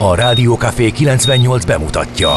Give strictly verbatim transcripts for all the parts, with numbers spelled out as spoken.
A Rádió Café kilencvennyolc bemutatja.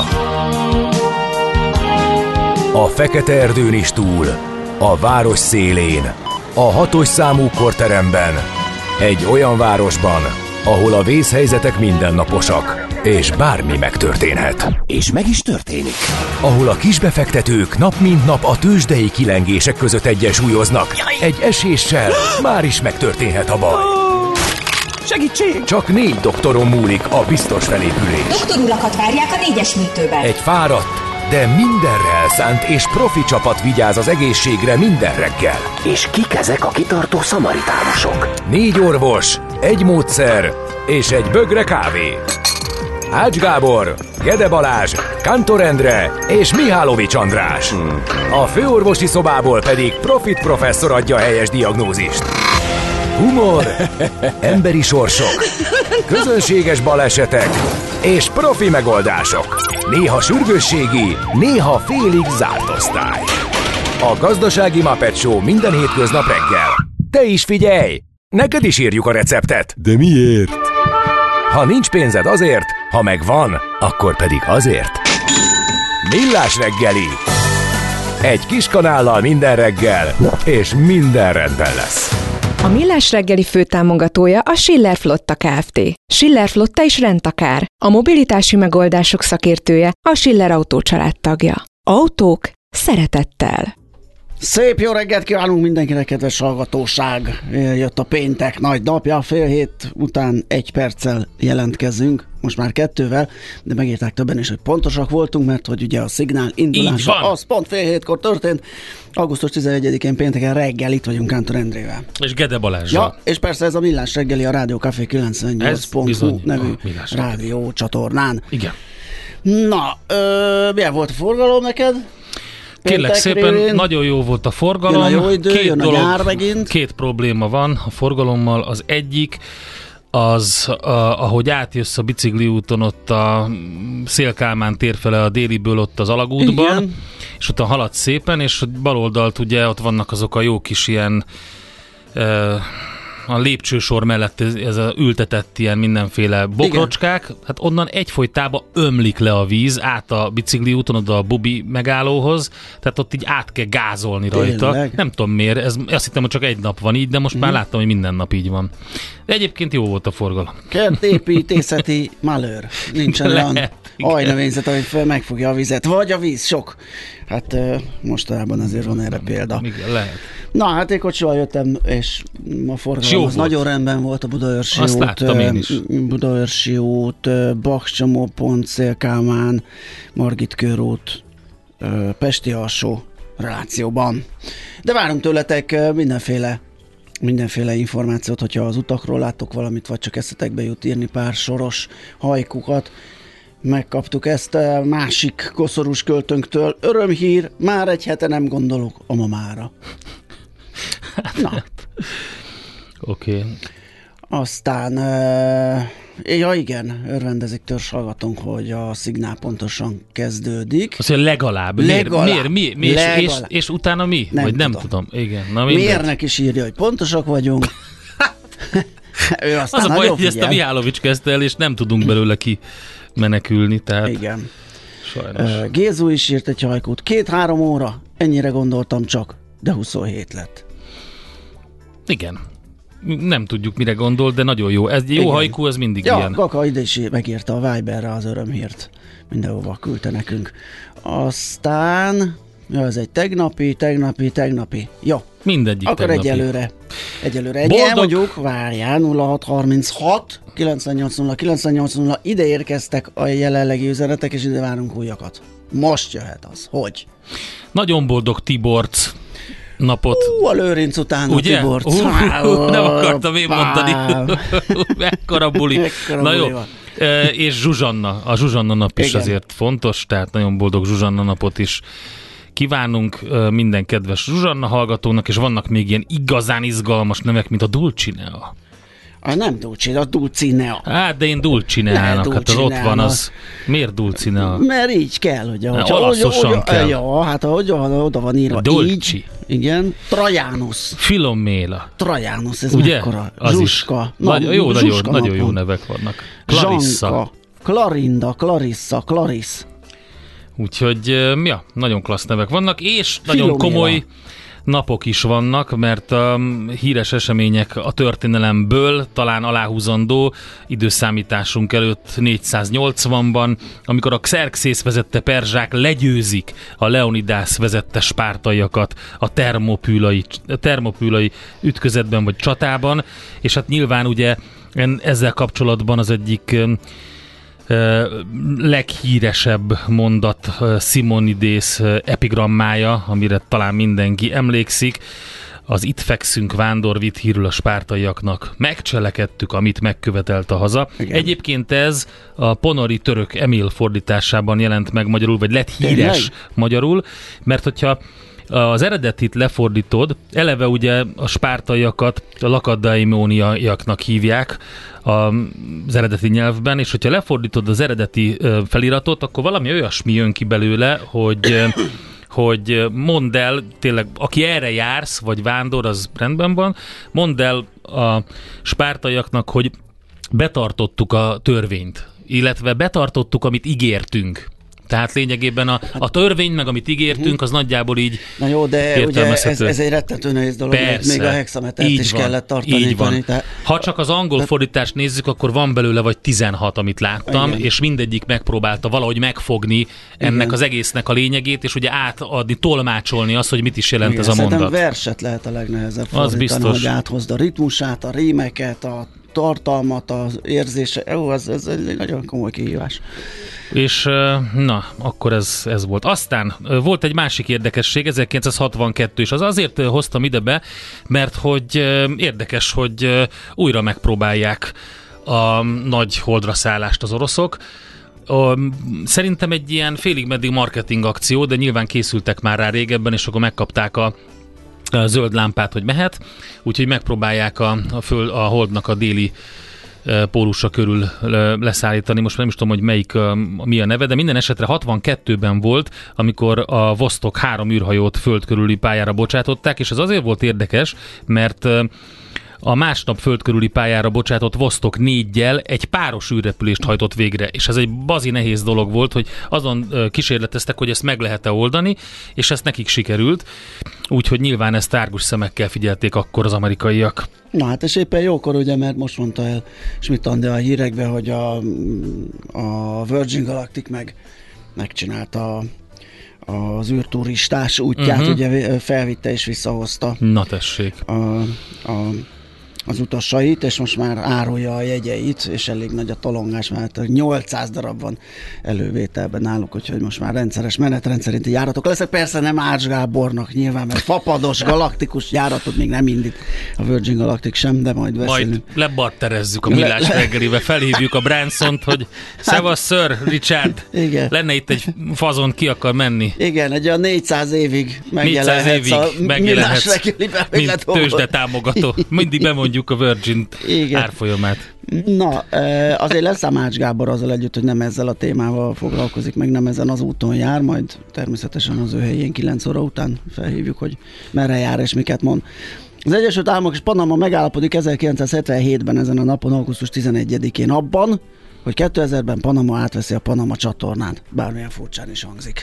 A fekete erdőn is túl, a város szélén, a hatos számú korteremben, egy olyan városban, ahol a vészhelyzetek mindennaposak, és bármi megtörténhet. És meg is történik. Ahol a kisbefektetők nap mint nap a tőzsdei kilengések között egyensúlyoznak. Egy eséssel már is megtörténhet a baj. Segítség! Csak négy doktoron múlik a biztos felépülés. Doktor urakat várják a négyes műtőben. Egy fáradt, de mindenre elszánt és profi csapat vigyáz az egészségre minden reggel. És kik ezek a kitartó szamaritánusok? Négy orvos, egy módszer és egy bögre kávé. Ács Gábor, Gede Balázs, Kántor Endre és Mihálovics András. Hmm. A főorvosi szobából pedig Profit professzor adja a helyes diagnózist. Humor, emberi sorsok, közönséges balesetek és profi megoldások. Néha sürgősségi, néha félig zárt osztály. A Gazdasági Muppet Show minden hétköznap reggel. Te is figyelj! Neked is írjuk a receptet. De miért? Ha nincs pénzed azért, ha megvan, akkor pedig azért. Millás reggeli. Egy kis kanállal minden reggel, és minden rendben lesz. A Millás reggeli főtámogatója a Schiller Flotta Kft. Schiller Flotta is rendtakár. A mobilitási megoldások szakértője, a Schiller Autó család tagja. Autók szeretettel. Szép jó reggelt kívánunk mindenkinek, kedves hallgatóság! Jött a péntek nagy napja, fél hét után egy perccel jelentkezünk, most már kettővel, de megírták többen is, hogy pontosak voltunk, mert hogy ugye a szignál indulása az pont fél hétkor történt. augusztus tizenegyedikén pénteken reggel itt vagyunk Kántor Endrével. És Gede Balázsral. Ja, és persze ez a Millás reggeli a Rádió Café kilencvennyolc pont hu nevű rádió csatornán. Igen. Na, ö, milyen volt a forgalom neked? Kérlek szépen, révén. Nagyon jó volt a forgalom. Jön a jó idő, két jön dolog, a nyár megint. Két probléma van a forgalommal. Az egyik, az, a, ahogy átjössz a bicikli úton, ott a Széll-Kálmán tér fele a déliből ott az alagútban, igen. És ott haladsz szépen, és bal oldalt ugye ott vannak azok a jó kis ilyen e, a lépcsősor mellett ez, ez a ültetett ilyen mindenféle bokrocskák, igen. Hát onnan egyfolytában ömlik le a víz át a bicikli úton, oda a Bubi megállóhoz, tehát ott így át kell gázolni rajta. Tényleg? Nem tudom miért, ez, azt hittem, hogy csak egy nap van így, de most mm. már láttam, hogy minden nap így van. De egyébként jó volt a forgalom. Kertépítészeti malőr. Nincsen olyan ajnövényzet, ami fel megfogja a vizet. Vagy a víz sok. Hát uh, mostanában azért van erre példa. Igen, lehet. Na, hát én kocsival jöttem, és a forgalom az nagyon rendben volt. A Budaörsi Azt út, láttam én is. Budaörsi út, Bakcsomópont, Széll-Kálmán, Margit körút, Pesti alsó relációban. De várunk tőletek mindenféle mindenféle információt, hogyha az utakról láttok valamit, vagy csak eszetekbe jut írni pár soros hajkukat. Megkaptuk ezt a másik koszorús költőnktől. Örömhír, már egy hete nem gondolok a mamára. Na. Oké. Okay. Aztán, uh, ja igen, örvendezik törzshallgatónk, hogy a szignál pontosan kezdődik. Azt mondja, legalább. legalább. Miért? Miért? Mi? Legalább. És, és, és utána mi? Nem Vagy nem tudom. tudom. Igen. Na, Mérnek is írja, hogy pontosak vagyunk. Ő aztán az a baj, hogy figyel. Ezt a Mihálovics kezdte el, és nem tudunk belőle ki menekülni, tehát igen. Sajnos. Uh, Gézu is írt egy hajkút. Két-három óra, ennyire gondoltam csak, de huszonhét lett. Igen. Nem tudjuk, mire gondol, de nagyon jó. Ez jó igen. Hajkú, ez mindig ja, ilyen. Gaka ide is megírta a Viberre az örömhírt. Mindenhova küldte nekünk. Aztán, ja, ez egy tegnapi, tegnapi, tegnapi. Jó. Mindegyik Akkor tegnapi. egyelőre. Egyelőre ennyi. Elmondjuk, várjál, nulla hat harminchat kilencvennyolc nulla kilencvennyolc nulla. Ide érkeztek a jelenlegi üzenetek, és ide várunk újakat. Most jöhet az. Hogy? Nagyon boldog Tiborc napot. Ú, a Lőrinc után ugye? a Tiborc. Uh, uh, nem akartam én mondani. Mekkora buli. Mekkora Na buli jó. E, és Zsuzsanna. A Zsuzsanna nap is igen. azért fontos, tehát nagyon boldog Zsuzsanna napot is kívánunk minden kedves Zsuzsanna hallgatónak, és vannak még ilyen igazán izgalmas nevek, mint a Dulcinea. A nem Dulcinea, a Dulcinea. Hát, de én Dulcineának, hát az ott van az. Miért Dulcinea? Mert így kell, hogy ahogy, olaszosan ahogy, kell. Ja, hát ahogy oda van írva. Dolci. Így. Igen. Trajanus. Filoméla. Trajanus, ez ugye? mekkora? Az Zsuska. Na, Nagy, jó, Zsuska nagyon, nagyon jó nevek vannak. Clarissa. Zsanka. Clarinda, Clarissa, Clarice. Úgyhogy, ja, nagyon klassz nevek vannak, és nagyon Filomena. komoly napok is vannak, mert a híres események a történelemből talán aláhúzandó időszámításunk előtt négyszáznyolcvanban, amikor a Xerxész vezette perzsák legyőzik a Leonidász vezette spártaiakat a termopülai, termopülai ütközetben vagy csatában, és hát nyilván ugye ezzel kapcsolatban az egyik leghíresebb mondat Simonides epigrammája, amire talán mindenki emlékszik, az itt fekszünk vándor, vitt hírül a spártaiaknak. Megcselekedtük, amit megkövetelt a haza. Igen. Egyébként ez a Ponori török Emil fordításában jelent meg magyarul, vagy lett híres Tényleg? magyarul, mert hogyha az eredetit lefordítod, eleve ugye a spártaiakat a lakadaimóniaiaknak hívják az eredeti nyelvben, és hogyha lefordítod az eredeti feliratot, akkor valami olyasmi jön ki belőle, hogy, hogy mondd el, tényleg, aki erre jársz, vagy vándor, az rendben van, mondd el a spártaiaknak, hogy betartottuk a törvényt, illetve betartottuk, amit ígértünk. Tehát lényegében a, a törvény, meg amit ígértünk, az nagyjából így Na jó, de ugye ez, ez egy rettentő nehéz dolog, Persze, még a hexametert is van, kellett tartani. Így van. Tehát... Ha csak az angol fordítást nézzük, akkor van belőle vagy tizenhat, amit láttam, Igen. és mindegyik megpróbálta valahogy megfogni ennek Igen. az egésznek a lényegét, és ugye átadni, tolmácsolni azt, hogy mit is jelent Igen, ez a mondat. Szerintem verset lehet a legnehezebb fordítani, az biztos. hogy áthozd a ritmusát, a rímeket, a tartalmat, az érzése. Jó, ez, ez egy nagyon komoly kihívás. És na, akkor ez, ez volt. Aztán volt egy másik érdekesség, ezerkilencszázhatvankettő, és az azért hoztam ide be, mert hogy érdekes, hogy újra megpróbálják a nagy holdra szállást az oroszok. Szerintem egy ilyen félig meddig marketing akció, de nyilván készültek már rá régebben, és akkor megkapták a a zöld lámpát, hogy mehet, úgyhogy megpróbálják a, a, föl, a holdnak a déli e, pólusa körül le, leszállítani. Most nem is tudom, hogy melyik a, mi a neve, de minden esetre hatvankettőben volt, amikor a Vostok három űrhajót föld körüli pályára bocsátották, és ez azért volt érdekes, mert e, a másnap föld körüli pályára bocsátott Vostok négyel egy páros űrrepülést hajtott végre, és ez egy bazi nehéz dolog volt, hogy azon kísérleteztek, hogy ezt meg lehet-e oldani, és ezt nekik sikerült, úgyhogy nyilván ezt tárgus szemekkel figyelték akkor az amerikaiak. Na hát és éppen jókor ugye, mert most mondta el Schmidt-Andi a hírekben, hogy a, a Virgin Galactic meg megcsinálta az űrturistás útját, uh-huh. ugye felvitte és visszahozta. Na tessék. A, a az utasait, és most már árulja a jegyeit, és elég nagy a tolongás, mert nyolcszáz darab van elővételben náluk, úgyhogy most már rendszeres menetrend szerinti járatok lesznek. Persze nem Ács Gábornak nyilván, mert fapados, galaktikus járatot még nem indít a Virgin Galactic sem, de majd beszélünk. Majd lebarterezzük a Millás reggelibe, felhívjuk a Bransont, hogy szevasz, Sir Richard, igen. lenne itt egy fazon, ki akar menni. Igen, egy olyan négyszáz évig megjelenhetsz a Millás reggelibe, mint tőzsde támogató. Mindig bemondjuk a Virgin Igen. árfolyamát. Na, azért lesz ám Ács Gábor azzal együtt, hogy nem ezzel a témával foglalkozik, meg nem ezen az úton jár, majd természetesen az ő helyén kilenc óra után felhívjuk, hogy merre jár és miket mond. Az Egyesült Államok és Panama megállapodik ezerkilencszázhetvenhétben ezen a napon, augusztus tizenegyedikén abban, hogy kétezerben Panama átveszi a Panama csatornát, bármilyen furcsán is hangzik.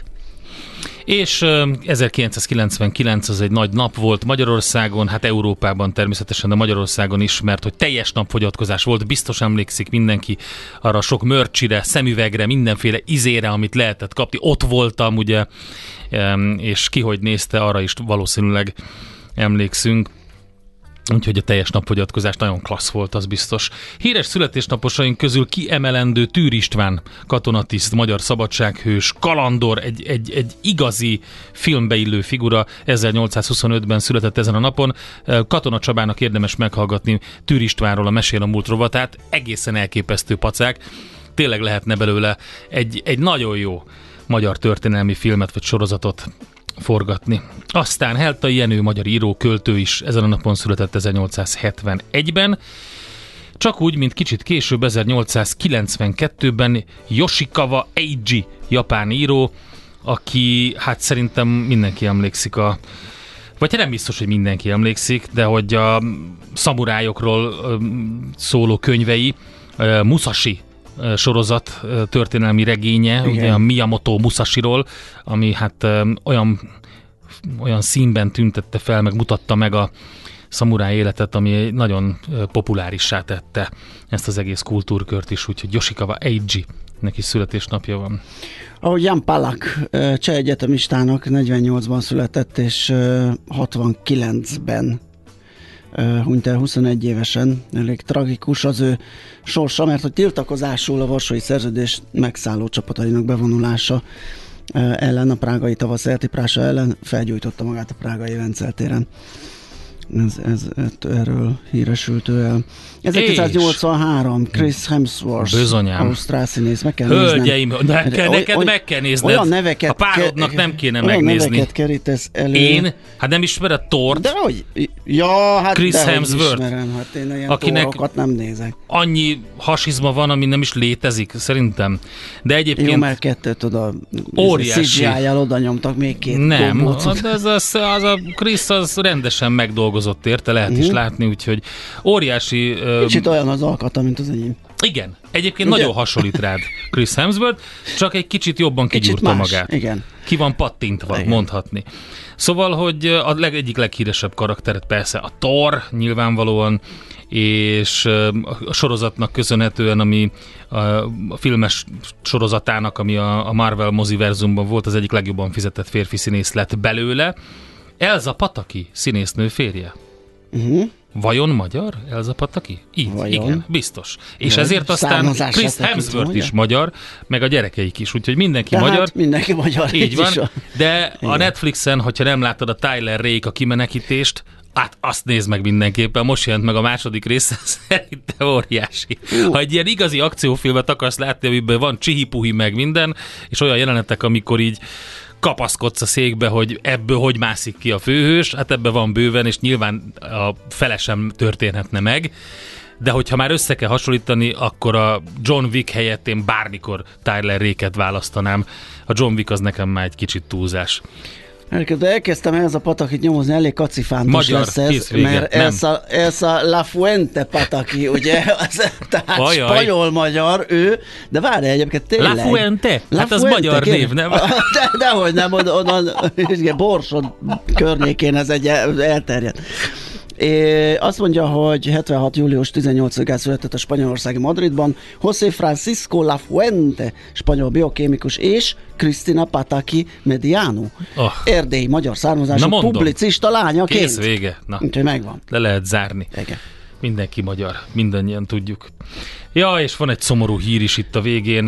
És ezerkilencszázkilencvenkilenc az egy nagy nap volt Magyarországon, hát Európában természetesen, de Magyarországon is, mert hogy teljes napfogyatkozás volt, biztos emlékszik mindenki arra sok mörcsire, szemüvegre, mindenféle izére, amit lehetett kapni. Ott voltam, ugye, és ki hogy nézte, arra is valószínűleg emlékszünk. Úgyhogy a teljes napfogyatkozás nagyon klassz volt, az biztos. Híres születésnaposaink közül kiemelendő Tűr István, katonatiszt, magyar szabadsághős, kalandor, egy, egy, egy igazi filmbe illő figura, ezernyolcszázhuszonötben született ezen a napon. Katona Csabának érdemes meghallgatni Tűr Istvánról a Mesél a múlt rovatát, egészen elképesztő pacák. Tényleg lehetne belőle egy, egy nagyon jó magyar történelmi filmet vagy sorozatot forgatni. Aztán Heltai Jenő, magyar író, költő is ezen a napon született ezernyolcszázhetvenegyben. Csak úgy, mint kicsit később, ezernyolcszázkilencvenkettőben Yoshikawa Eiji, japán író, aki hát szerintem mindenki emlékszik a vagy nem biztos, hogy mindenki emlékszik, de hogy a szamurájokról szóló könyvei, Musashi sorozat történelmi regénye, igen. Ugye a Miyamoto Musashiról, ami hát olyan, olyan színben tüntette fel, meg mutatta meg a szamuráj életet, ami nagyon populárissá tette ezt az egész kultúrkört is, úgyhogy Yoshikawa Eiji, neki születésnapja van. Ahogy Jan Palak, cseh egyetemistának negyvennyolcban született, és hatvankilencben hunyt el huszonegy évesen. Elég tragikus az ő sorsa, mert hogy tiltakozásul a Varsói Szerződés megszálló csapatainak bevonulása ellen, a prágai tavasz eltiprása ellen felgyújtotta magát a prágai Vencel téren. Ez, ez, erről híresült ő el. ezerkilencszáznyolcvanhárom, Chris Hemsworth, bizonyám. Ausztrál színész, meg kell Hölgyeim, néznem. neked, neked oly, meg kell nézned. Olyan neveket, a párodnak ke- nem kéne olyan megnézni. neveket kerítesz elő. Én? Hát nem ismered Thort? De hogy? Ja, hát Chris de Hemsworth. Ismerem, hát én ilyen akinek Thorokat nem nézek. Annyi hasizma van, ami nem is létezik, szerintem. De egyébként... Jó, mert kettőt oda óriási. cé gé í-jal oda nyomtak még két Nem, gombócot. az, az, az a Chris az rendesen megdolgozott érte, lehet uh-huh. is látni, úgyhogy óriási... Kicsit olyan az alkata, mint az enyém. Igen, egyébként ugye? Nagyon hasonlít rád Chris Hemsworth, csak egy kicsit jobban Kicsit kigyúrta más. magát. Igen. Ki van pattintva, igen. Mondhatni. Szóval, hogy a leg, egyik leghíresebb karakteret persze a Thor nyilvánvalóan, és a sorozatnak köszönhetően, ami a, a filmes sorozatának, ami a, a Marvel moziverzumban volt, az egyik legjobban fizetett férfi színész lett belőle. Elsa Pataki színésznő férje. Uh-huh. Vajon magyar Elsa Pataki? Így, Vajon? Igen, biztos. És ja, ezért aztán Chris Hemsworth is magyar, meg a gyerekeik is, úgyhogy mindenki Tehát magyar. mindenki magyar. Így van, van. de igen. A Netflixen, hogyha nem láttad a Tyler Rake a kimenekítést, hát azt nézd meg mindenképpen, most jelent meg a második része, szerintem óriási. Uh. Ha egy ilyen igazi akciófilmet akarsz látni, amiben van csihi-puhi meg minden, és olyan jelenetek, amikor így kapaszkodsz a székbe, hogy ebből hogy mászik ki a főhős, hát ebben van bőven, és nyilván a fele sem történhetne meg, de hogyha már össze kell hasonlítani, akkor a John Wick helyett én bármikor Tyler Rake-et választanám. A John Wick az nekem már egy kicsit túlzás. De elkezdtem Elsa Patakit nyomozni, elég kacifántos magyar, lesz ez, vége, mert Elsa, Elsa Lafuente Pataki, ugye, az, tehát Ajaj. spanyol-magyar ő, de várj, egyébként tényleg. Lafuente? Hát az magyar név, nem? De, dehogy nem, onnan, Borsod környékén ez egy elterjedt. É, azt mondja, hogy hetvenhat július tizennyolcadikán született a spanyolországi Madridban José Francisco Lafuente, spanyol biokémikus, és Cristina Pataki Mediano, oh. erdélyi magyar származású publicista lányaként. Kész, vége. Na. Úgyhogy megvan. Le lehet zárni. Igen. Mindenki magyar, mindannyian tudjuk. Ja, és van egy szomorú hír is itt a végén,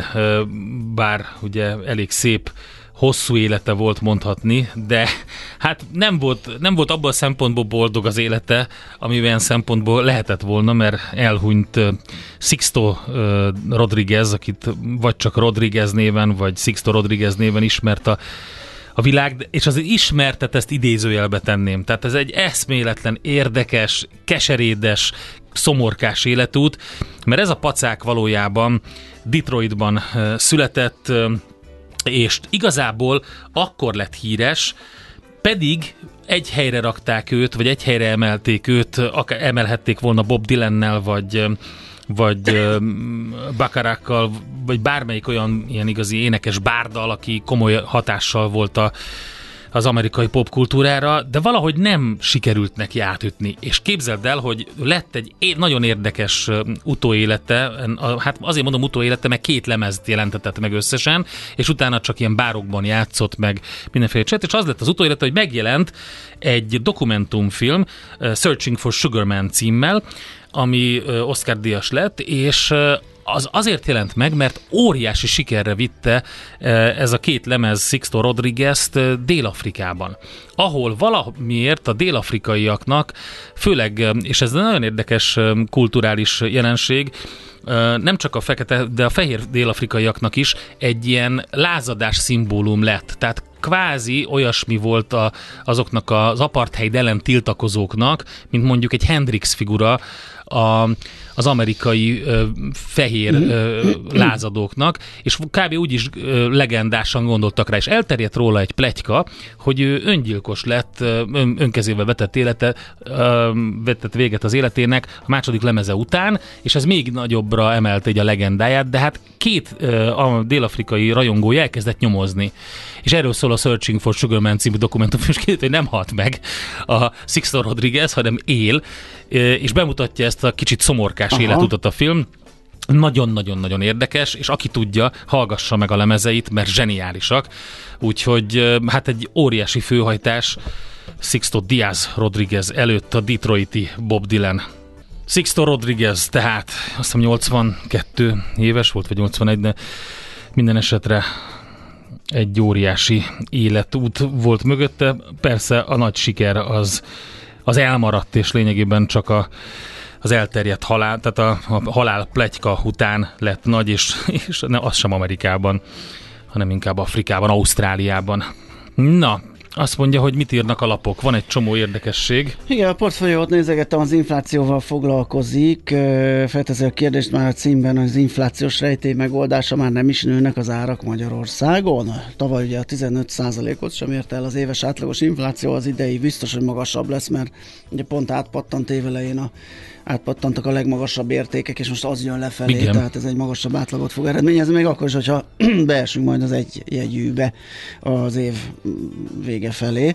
bár ugye elég szép hosszú élete volt mondhatni, de hát nem volt, nem volt abban a szempontból boldog az élete, amivel szempontból lehetett volna, mert elhunyt uh, Sixto uh, Rodriguez, akit vagy csak Rodriguez néven, vagy Sixto Rodriguez néven ismert a, a világ, és azért ismertet, ezt idézőjelbe tenném. Tehát ez egy eszméletlen, érdekes, keserédes, szomorkás életút, mert ez a pacák valójában Detroitban uh, született, uh, és igazából akkor lett híres, pedig egy helyre rakták őt, vagy egy helyre emelték őt, akár emelhették volna Bob Dylannel, vagy, vagy Bacharachkal, vagy bármelyik olyan ilyen igazi énekes bárdal, aki komoly hatással volt a, az amerikai popkultúrára, de valahogy nem sikerült neki átütni. És képzeld el, hogy lett egy nagyon érdekes utóélete, hát azért mondom utóélete, mert két lemezt jelentetett meg összesen, és utána csak ilyen bárokban játszott meg mindenféle cset, és az lett az utóélete, hogy megjelent egy dokumentumfilm, Searching for Sugar Man címmel, ami Oscar-díjas lett, és az azért jelent meg, mert óriási sikerre vitte ez a két lemez Sixto Rodriguez-t Dél-Afrikában, ahol valamiért a dél-afrikaiaknak, főleg, és ez nagyon érdekes kulturális jelenség, nem csak a fekete, de a fehér dél-afrikaiaknak is egy ilyen lázadás szimbólum lett. Tehát kvázi olyasmi volt a, azoknak az apartheid ellen tiltakozóknak, mint mondjuk egy Hendrix figura a, az amerikai ö, fehér ö, lázadóknak, és kb. Úgy is ö, legendásan gondoltak rá, és elterjedt róla egy pletyka, hogy ő öngyilkos lett, ön, önkezével vetett, élete, ö, vetett véget az életének a második lemeze után, és ez még nagyobbra emelte egy a legendáját, de hát két ö, a dél-afrikai rajongója elkezdett nyomozni. És erről szól a Searching for Sugar Man című dokumentum, és kiderült, hogy nem halt meg a Sixto Rodriguez, hanem él, és bemutatja ezt a kicsit szomorkás Aha. életutat a film. Nagyon-nagyon-nagyon érdekes, és aki tudja, hallgassa meg a lemezeit, mert zseniálisak. Úgyhogy hát egy óriási főhajtás Sixto Díaz Rodriguez előtt a detroiti Bob Dylan. Sixto Rodriguez, tehát azt hiszem nyolcvankettő éves volt, vagy nyolcvanegy, de minden esetre egy óriási életút volt mögötte. Persze a nagy siker az, az elmaradt, és lényegében csak a, az elterjedt halál, tehát a, a halál pletyka után lett nagy, és, és ne, az sem Amerikában, hanem inkább Afrikában, Ausztráliában. Na, azt mondja, hogy mit írnak a lapok. Van egy csomó érdekesség. Igen, a portfóliót nézegettem, az inflációval foglalkozik. Felteszi a kérdést már a címben, az inflációs rejtély megoldása, már nem is nőnek az árak Magyarországon. Tavaly ugye a tizenöt százalékot sem ért el az éves átlagos infláció, az idei biztos, hogy magasabb lesz, mert ugye pont átpattant évelején a átpattantak a legmagasabb értékek, és most az jön lefelé, Igen. tehát ez egy magasabb átlagot fog eredményezni, még akkor is, hogyha beesünk majd az egy jegyűbe az év vége felé.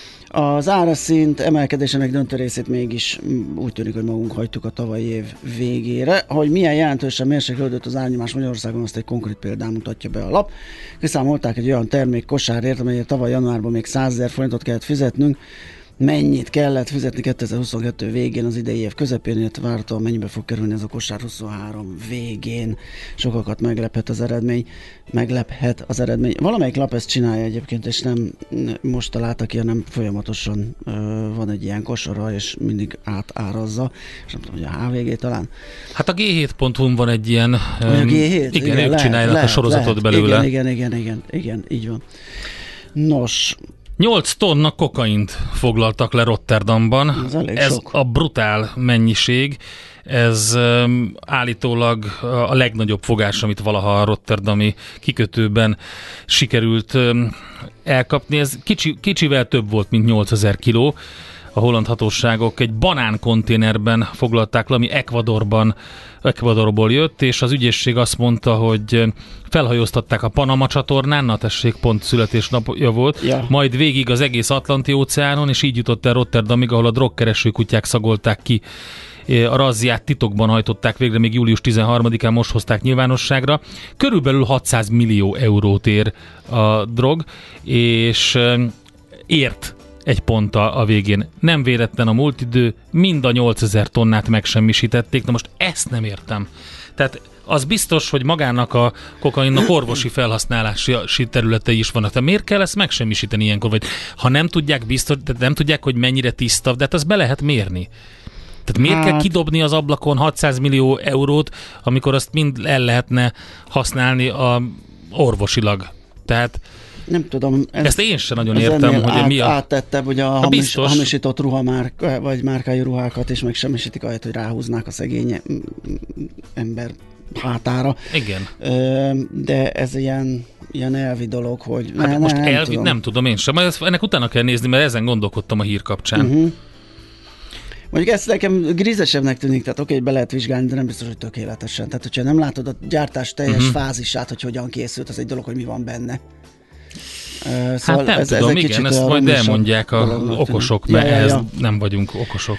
Az áraszint emelkedésének döntő részét mégis úgy tűnik, hogy magunk hagytuk a tavalyi év végére. Hogy milyen jelentősen mérséklődött az árnyomás Magyarországon, azt egy konkrét példán mutatja be a lap. Kiszámolták egy olyan termék kosárért, amelyet tavaly januárban még százezer forintot kellett fizetnünk, mennyit kellett fizetni kétezer-huszonkettő végén, az idei év közepén, illetve várhatóan mennyibe fog kerülni ez a kosár huszonhárom végén. Sokakat meglephet az eredmény. Meglephet az eredmény. Valamelyik lap ezt csinálja egyébként, és nem most találta ki, hanem folyamatosan uh, van egy ilyen kosara, és mindig átárazza. És nem tudom, hogy a há vé gé talán. Hát a gé hét pont hu-n van egy ilyen... Um, a gé hét? Igen, igen, ők lehet, csinálják lehet, a sorozatot lehet. belőle. Igen, igen, igen, igen, igen, így van. Nos... nyolc tonna kokaint foglaltak le Rotterdamban. Ez, ez a brutál mennyiség. Ez um, állítólag a legnagyobb fogás, amit valaha a rotterdami kikötőben sikerült um, elkapni. Ez kicsi, kicsivel több volt, mint nyolcezer kiló. A holland hatóságok egy banánkonténerben foglalták le, ami Ecuadorban, Ecuadorból jött, és az ügyészség azt mondta, hogy felhajóztatták a Panama csatornán, na tessék, pont születésnapja volt, ja. majd végig az egész Atlanti óceánon, és így jutott el Rotterdamig, ahol a drogkereső kutyák szagolták ki. A razziát titokban hajtották végre, még július tizenharmadikán most hozták nyilvánosságra. Körülbelül hatszáz millió eurót ér a drog, és ért egy pont a, a végén. Nem véletlen a múlt idő, mind a nyolcezer tonnát megsemmisítették. Na most ezt nem értem. Tehát az biztos, hogy magának a kokainnak orvosi felhasználási területei is vannak. Tehát miért kell ezt megsemmisíteni ilyenkor? Vagy ha nem tudják biztos, tehát nem tudják, hogy mennyire tiszta, de hát azt be lehet mérni. Tehát miért hát... kell kidobni az ablakon hatszáz millió eurót, amikor azt mind el lehetne használni a orvosilag? Tehát nem tudom. Ez, Ezt én sem nagyon értem, hogy át, mi a... Áttettebb, hogy a hamis, hamisított ruhamárk, vagy márkájú ruhákat is megsemmisítik, ahelyett, hogy ráhúznák a szegény ember hátára. Igen. De ez ilyen, ilyen elvi dolog, hogy... Hát ne, most nem elvi tudom. nem tudom én sem, majd ennek utána kell nézni, mert ezen gondolkodtam a hír kapcsán. Uh-huh. Mondjuk ez nekem grízesebbnek tűnik, tehát oké, be lehet vizsgálni, de nem biztos, hogy tökéletesen. Tehát, hogyha nem látod a gyártás teljes uh-huh. fázisát, hogy hogyan készült, az egy dolog, hogy mi van benne. Uh, szóval hát nem ez, tudom, ez igen, ezt majd elmondják a okosok, mert ja, ja, ja. ehhez nem vagyunk okosok.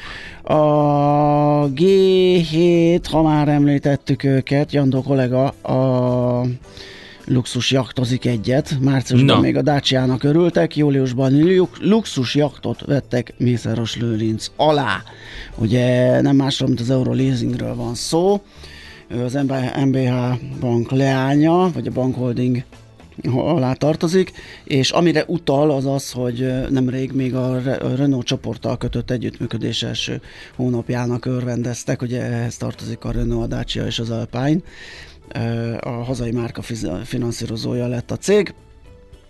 A gé hét, ha már említettük őket, Jandó kollega a luxus jachtozik egyet, márciusban no. még a Dacia-nak örültek, júliusban luxus jachtot vettek Mészáros Lőrinc alá. Ugye nem másról, mint az Euroleasingről van szó, az em bé há bank leánya, vagy a bankholding alá tartozik, és amire utal az az, hogy nemrég még a Renault csoporttal kötött együttműködés első hónapjának örvendeztek, ugye ehhez tartozik a Renault, a Dacia és az Alpine. A hazai márka finanszírozója lett a cég.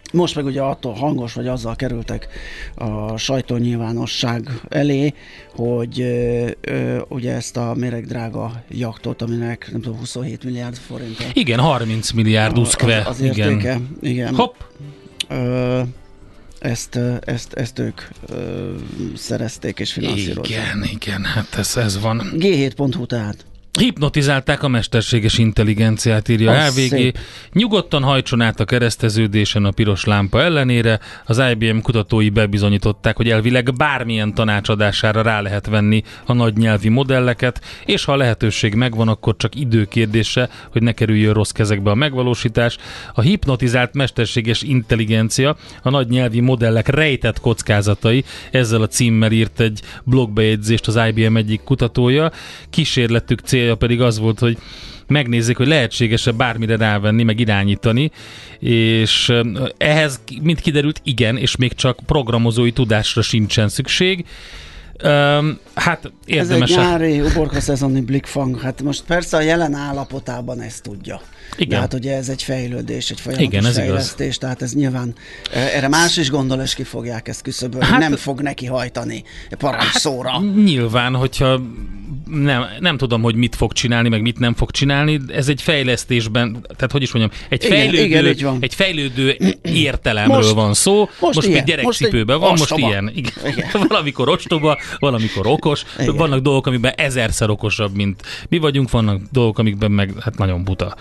Most meg ugye attól hangos, vagy azzal kerültek a sajtónyilvánosság elé, hogy ö, ö, ugye ezt a méregdrága jachtot, aminek nem tudom, huszonhét milliárd forint. Igen, harminc milliárd uszkve. Az, az értéke. Igen. igen. Hopp! Ö, ezt, ezt, ezt ők ö, szerezték és finanszírozzák. Igen, igen, hát ez, ez van. gé hét pont hu tehát. Hipnotizálták a mesterséges intelligenciát, írja á vé gé. Nyugodtan hajtson át a kereszteződésen a piros lámpa ellenére. Az i bé em kutatói bebizonyították, hogy elvileg bármilyen tanácsadására rá lehet venni a nagy nyelvi modelleket, és ha a lehetőség megvan, akkor csak időkérdése, hogy ne kerüljön rossz kezekbe a megvalósítás. A hipnotizált mesterséges intelligencia a nagy nyelvi modellek rejtett kockázatai, ezzel a címmel írt egy blogbejegyzést az i bé em egyik kutatója. Kísérletük célja pedig az volt, hogy megnézzék, hogy lehetséges-e bármire rávenni, meg irányítani, és ehhez, mint kiderült, igen, és még csak programozói tudásra sincsen szükség. Um, hát érdemes... Ez egy nyári uborka szezoni blikfang. Hát most persze a jelen állapotában ezt tudja. Igen. De hát ugye ez egy fejlődés, egy folyamatos igen, ez fejlesztés, igaz. Tehát ez nyilván erre más is gondol, és ki fogják ezt küszöbölni. Hát, nem fog neki hajtani parancsszóra. Hát, nyilván, hogyha nem, nem tudom, hogy mit fog csinálni, meg mit nem fog csinálni, ez egy fejlesztésben, tehát hogy is mondjam, egy igen, fejlődő, igen, egy fejlődő értelemről most, van szó, most, most még gyerekcipőben van, most ilyen. Igen. Igen. Valamikor ostoba, valamikor okos, igen. Vannak dolgok, amikben ezerszer okosabb, mint mi vagyunk, vannak dolgok, amikben meg hát nagyon buta.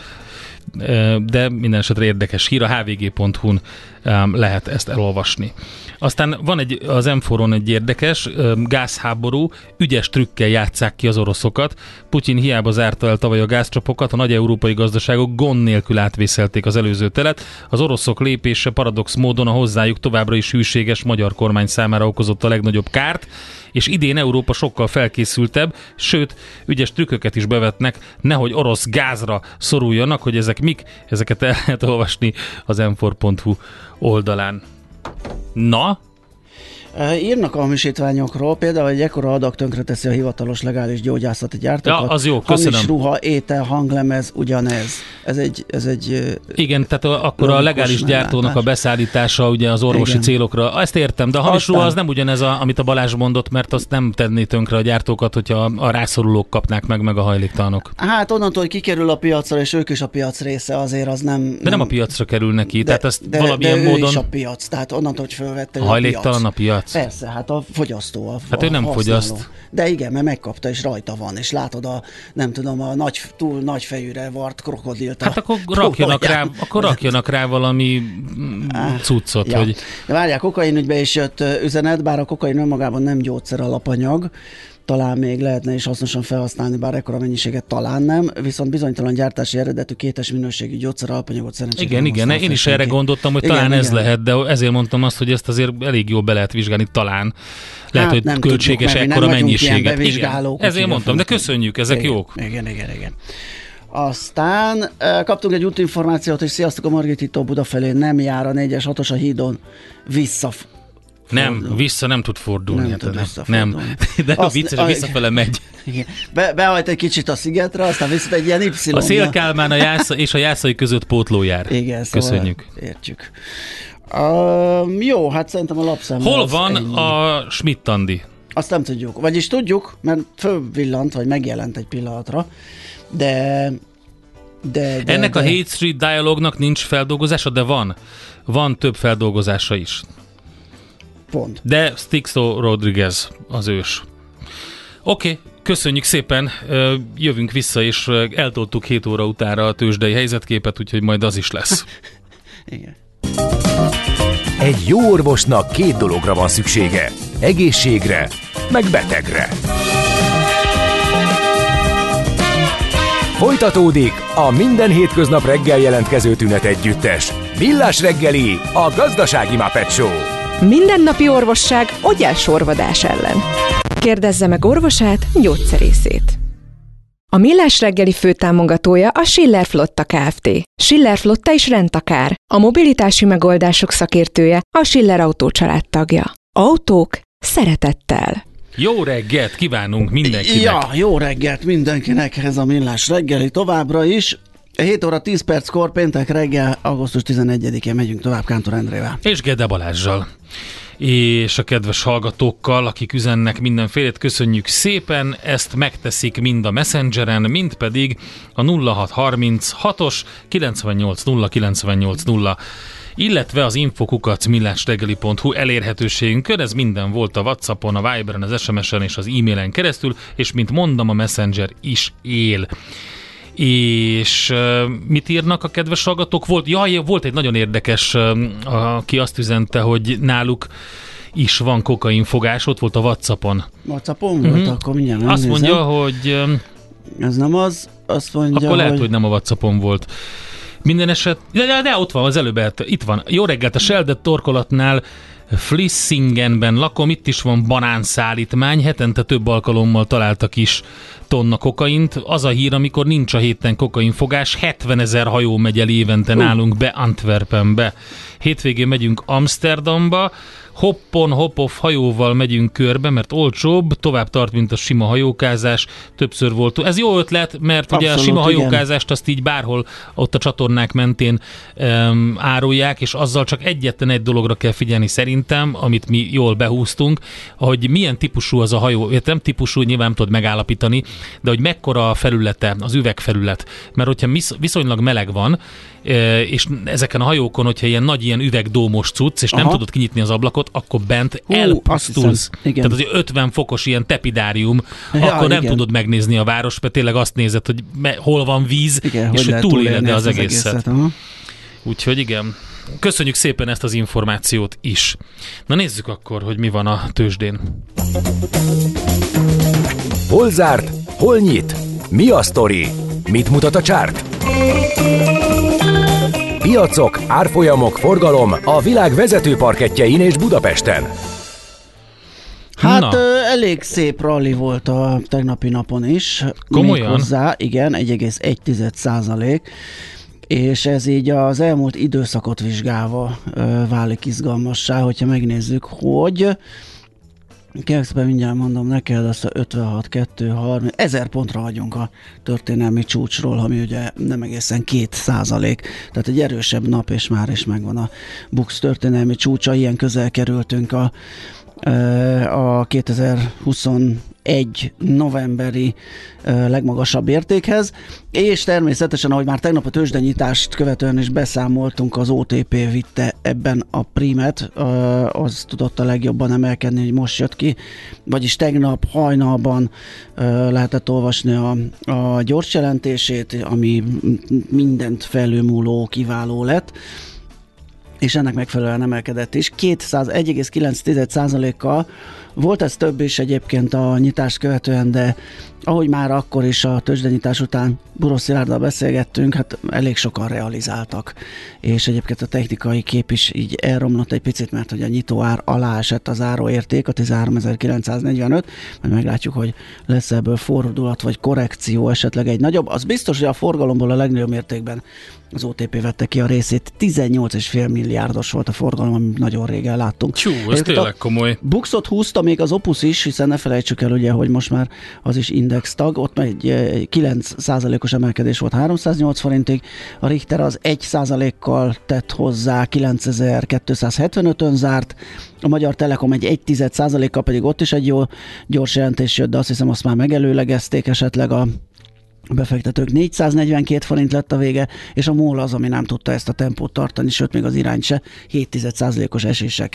De minden esetre érdekes hír, a há vé gé pont hu-n lehet ezt elolvasni. Aztán van egy, az em négy-on egy érdekes gázháború, ügyes trükkel játsszák ki az oroszokat. Putyin hiába zárta el tavaly a gázcsapokat, a nagy európai gazdaságok gond nélkül átvészelték az előző telet. Az oroszok lépése paradox módon a hozzájuk továbbra is hűséges magyar kormány számára okozott a legnagyobb kárt, és idén Európa sokkal felkészültebb, sőt, ügyes trükköket is bevetnek, nehogy orosz gázra szoruljanak, hogy ezek mik, ezeket el lehet olvasni az em négy pont hu oldalán. Na? Írnak a hamisítványokról, például egy ekkora adag tönkreteszi a hivatalos legális gyógyászati gyártókat. Ja, az jó, köszönöm. Hamis ruha, étel, hanglemez, ugyanez. Ez egy... Ez egy igen, tehát akkor a legális gyártónak a beszállítása ugye az orvosi igen. célokra, ezt értem, de a hamis Aztán... ruha az nem ugyanez, a, amit a Balázs mondott, mert azt nem tenné tönkre a gyártókat, hogyha a rászorulók kapnák meg, meg a hajléktalanok. Hát onnantól, hogy kikerül a piacra, és ők is a piac része, azért az nem... De nem, nem a piacra kerül neki, de, tehát ezt de, valamilyen de módon... is a piac, tehát onnantól, hogy fölvette a hajléktalan a piac. Persze, hát a fogyasztó. A, hát ő nem használó. fogyaszt. De igen, mert megkapta, és rajta van, és látod a, nem tudom, a nagy, túl nagy fejűre vart krokodilt. Hát akkor rakjanak, rá, akkor rakjanak rá valami cuccot, ja. hogy... De várják, kokain ügybe is jött üzenet, bár a kokain önmagában nem gyógyszer alapanyag, talán még lehetne is hasznosan felhasználni, bár ekkora mennyiséget talán nem, viszont bizonytalan gyártási eredetű kétes minőségű gyógyszer alapanyagot szerencsére. Igen, igen, én is erre gondoltam, hogy igen, talán igen. ez lehet, de ezért mondtam azt, hogy ezt azért elég jól be lehet vizsgálni, talán. Lehet, hát, hogy költséges tudjuk, ekkora mennyiséget. Igen, ezért mondtam, de köszönjük, ezek igen, jók. Igen, igen, igen. Aztán e, kaptunk egy útinformációt, és sziasztok, a Margit-tól Buda felé nem jár a négyes hatos a hídon vissza. Nem, vissza nem tud fordulni. Nem hát tud nem. De azt, vicces, hogy visszafele megy. Igen. Be, behajt egy kicsit a szigetre, aztán viszont egy ilyen Y. A Szél-Kálmán a Jásza és a Jászai között pótlójár. Igen, köszönjük. Szóval értjük. Uh, jó, hát szerintem a lapszám. Hol van ennyi. A Schmidt-Andi? Azt nem tudjuk. Vagyis tudjuk, mert fölvillant, vagy megjelent egy pillanatra, de... de, de Ennek de... a Hate Street Dialognak nincs feldolgozása, de van. Van több feldolgozása is. Pont. De Stixo Rodriguez az ős. Oké, okay, köszönjük szépen, jövünk vissza, és eltoltuk hét óra utára a tőzsdei helyzetképet, úgyhogy majd az is lesz. Igen. Egy jó orvosnak két dologra van szüksége. Egészségre, meg betegre. Folytatódik a minden hétköznap reggel jelentkező tünet együttes. Millás reggeli, a gazdasági Muppet Show. Mindennapi orvosság ogyásorvadás ellen. Kérdezze meg orvosát, gyógyszerészét. A Millás reggeli főtámogatója a Schiller Flotta Kft. Schiller Flotta is rendtakár. A mobilitási megoldások szakértője, a Schiller Autó családtagja. Autók szeretettel. Jó reggelt kívánunk mindenkinek! Ja, jó reggelt mindenkinek, ez a Millás reggeli továbbra is. hét óra tíz perckor, péntek reggel, augusztus tizenegyedikén megyünk tovább Kántor Endrével. És Gede Balázssal. És a kedves hallgatókkal, akik üzennek mindenfélét, köszönjük szépen, ezt megteszik mind a Messengeren, mind pedig a nulla hat harminchatos kilencvennyolc nulla kilencvennyolc nulla, illetve az infokukac millásreggeli pont hu elérhetőségünkön. Ez minden volt a WhatsAppon, a Viberen, az es em es-en és az e-mailen keresztül, és mint mondom, a Messenger is él. És uh, mit írnak a kedves hallgatók? Volt, jaj, volt egy nagyon érdekes, uh, aki azt üzente, hogy náluk is van kokainfogás, ott volt a WhatsAppon. WhatsAppon uh-huh. volt, akkor mindjárt nem Azt nézem. mondja, hogy... Um, ez nem az, azt mondja, akkor lehet, hogy... hogy nem a WhatsAppon volt. Minden eset... De, de, de ott van, az előbb, itt van. Jó reggelt, a Sheldon torkolatnál Flissingenben lakom, itt is van banánszállítmány, hetente több alkalommal találtak is tonna kokaint. Az a hír, amikor nincs a héten kokainfogás, hetvenezer hajó megy el évente uh. nálunk be Antwerpenbe. Hétvégén megyünk Amsterdamba, hoppon, hop-off hajóval megyünk körbe, mert olcsóbb, tovább tart, mint a sima hajókázás. Többször volt. Ez jó ötlet, mert abszolút, ugye a sima hajókázást igen. azt így bárhol ott a csatornák mentén um, árulják, és azzal csak egyetlen egy dologra kell figyelni szerintem, amit mi jól behúztunk, hogy milyen típusú az a hajó. Nem típusú, nyilván nem tudod megállapítani, de hogy mekkora a felülete, az üvegfelület. Mert hogyha viszonylag meleg van, és ezeken a hajókon, hogyha ilyen nagy ilyen üvegdómos cucc, és Aha. nem tudod kinyitni az ablakot, akkor bent Hú, elpusztulsz. Tehát az ötven fokos ilyen tepidárium, ja, akkor nem igen. tudod megnézni a város, mert tényleg azt nézed, hogy me, hol van víz, igen, és hogy, hogy túléled az, az egészet. egészet Úgyhogy igen, köszönjük szépen ezt az információt is. Na nézzük akkor, hogy mi van a tőzsdén. Hol zárt? Hol nyit? Mi a sztori? Mit mutat a csárt? Piacok, árfolyamok, forgalom a világ vezető parkettjein és Budapesten. Hát ö, elég szép rally volt a tegnapi napon is. Komolyan? Hozzá, igen, egy egész egy százalék. És ez így az elmúlt időszakot vizsgálva ö, válik izgalmassá, hogyha megnézzük, hogy Kérlek, mindjárt mondom neked, azt a ötvenhat kettő harminc ezer pontra vagyunk a történelmi csúcsról, ami ugye nem egészen két százalék, tehát egy erősebb nap, és már is megvan a Bux történelmi csúcsa, ilyen közel kerültünk a, a kétezer-huszonegy novemberi legmagasabb értékhez, és természetesen, ahogy már tegnap a tőzsdenyitást követően is beszámoltunk, az o té pé vitte ebben a primet, az tudott a legjobban emelkedni, hogy most jött ki, vagyis tegnap hajnalban lehetett olvasni a, a gyors jelentését, ami mindent felülmúló kiváló lett, és ennek megfelelően emelkedett is. egy egész kilenc százalékkal volt ez több is egyébként a nyitást követően, de ahogy már akkor is a tőzsdenyitás után Burós Szilárddal beszélgettünk, hát elég sokan realizáltak, és egyébként a technikai kép is így elromlott egy picit, mert hogy a nyitóár alá esett az áróérték, a tizenháromezer-kilencszáznegyvenöt, majd meglátjuk, hogy lesz ebből fordulat vagy korrekció esetleg egy nagyobb. Az biztos, hogy a forgalomból a legnagyobb mértékben az o té pé vette ki a részét, tizennyolc egész öt milliárdos volt a forgalom, amit nagyon régen láttunk. Csú, ez tényleg komoly. Buxot húzta még az Opus is, hiszen ne felejtsük el ugye, hogy most már az is index tag, ott egy kilenc százalékos emelkedés volt háromszáznyolc forintig, a Richter az egy százalékkal tett hozzá, kilencezer-kétszázhetvenötön zárt, a Magyar Telekom egy egy százalékkal, pedig ott is egy jó gyors jelentés jött, de azt hiszem azt már megelőlegezték esetleg a A befektetők, négyszáznegyvenkét forint lett a vége, és a MOL az, ami nem tudta ezt a tempót tartani, sőt még az irány se, hét százalékos eséssel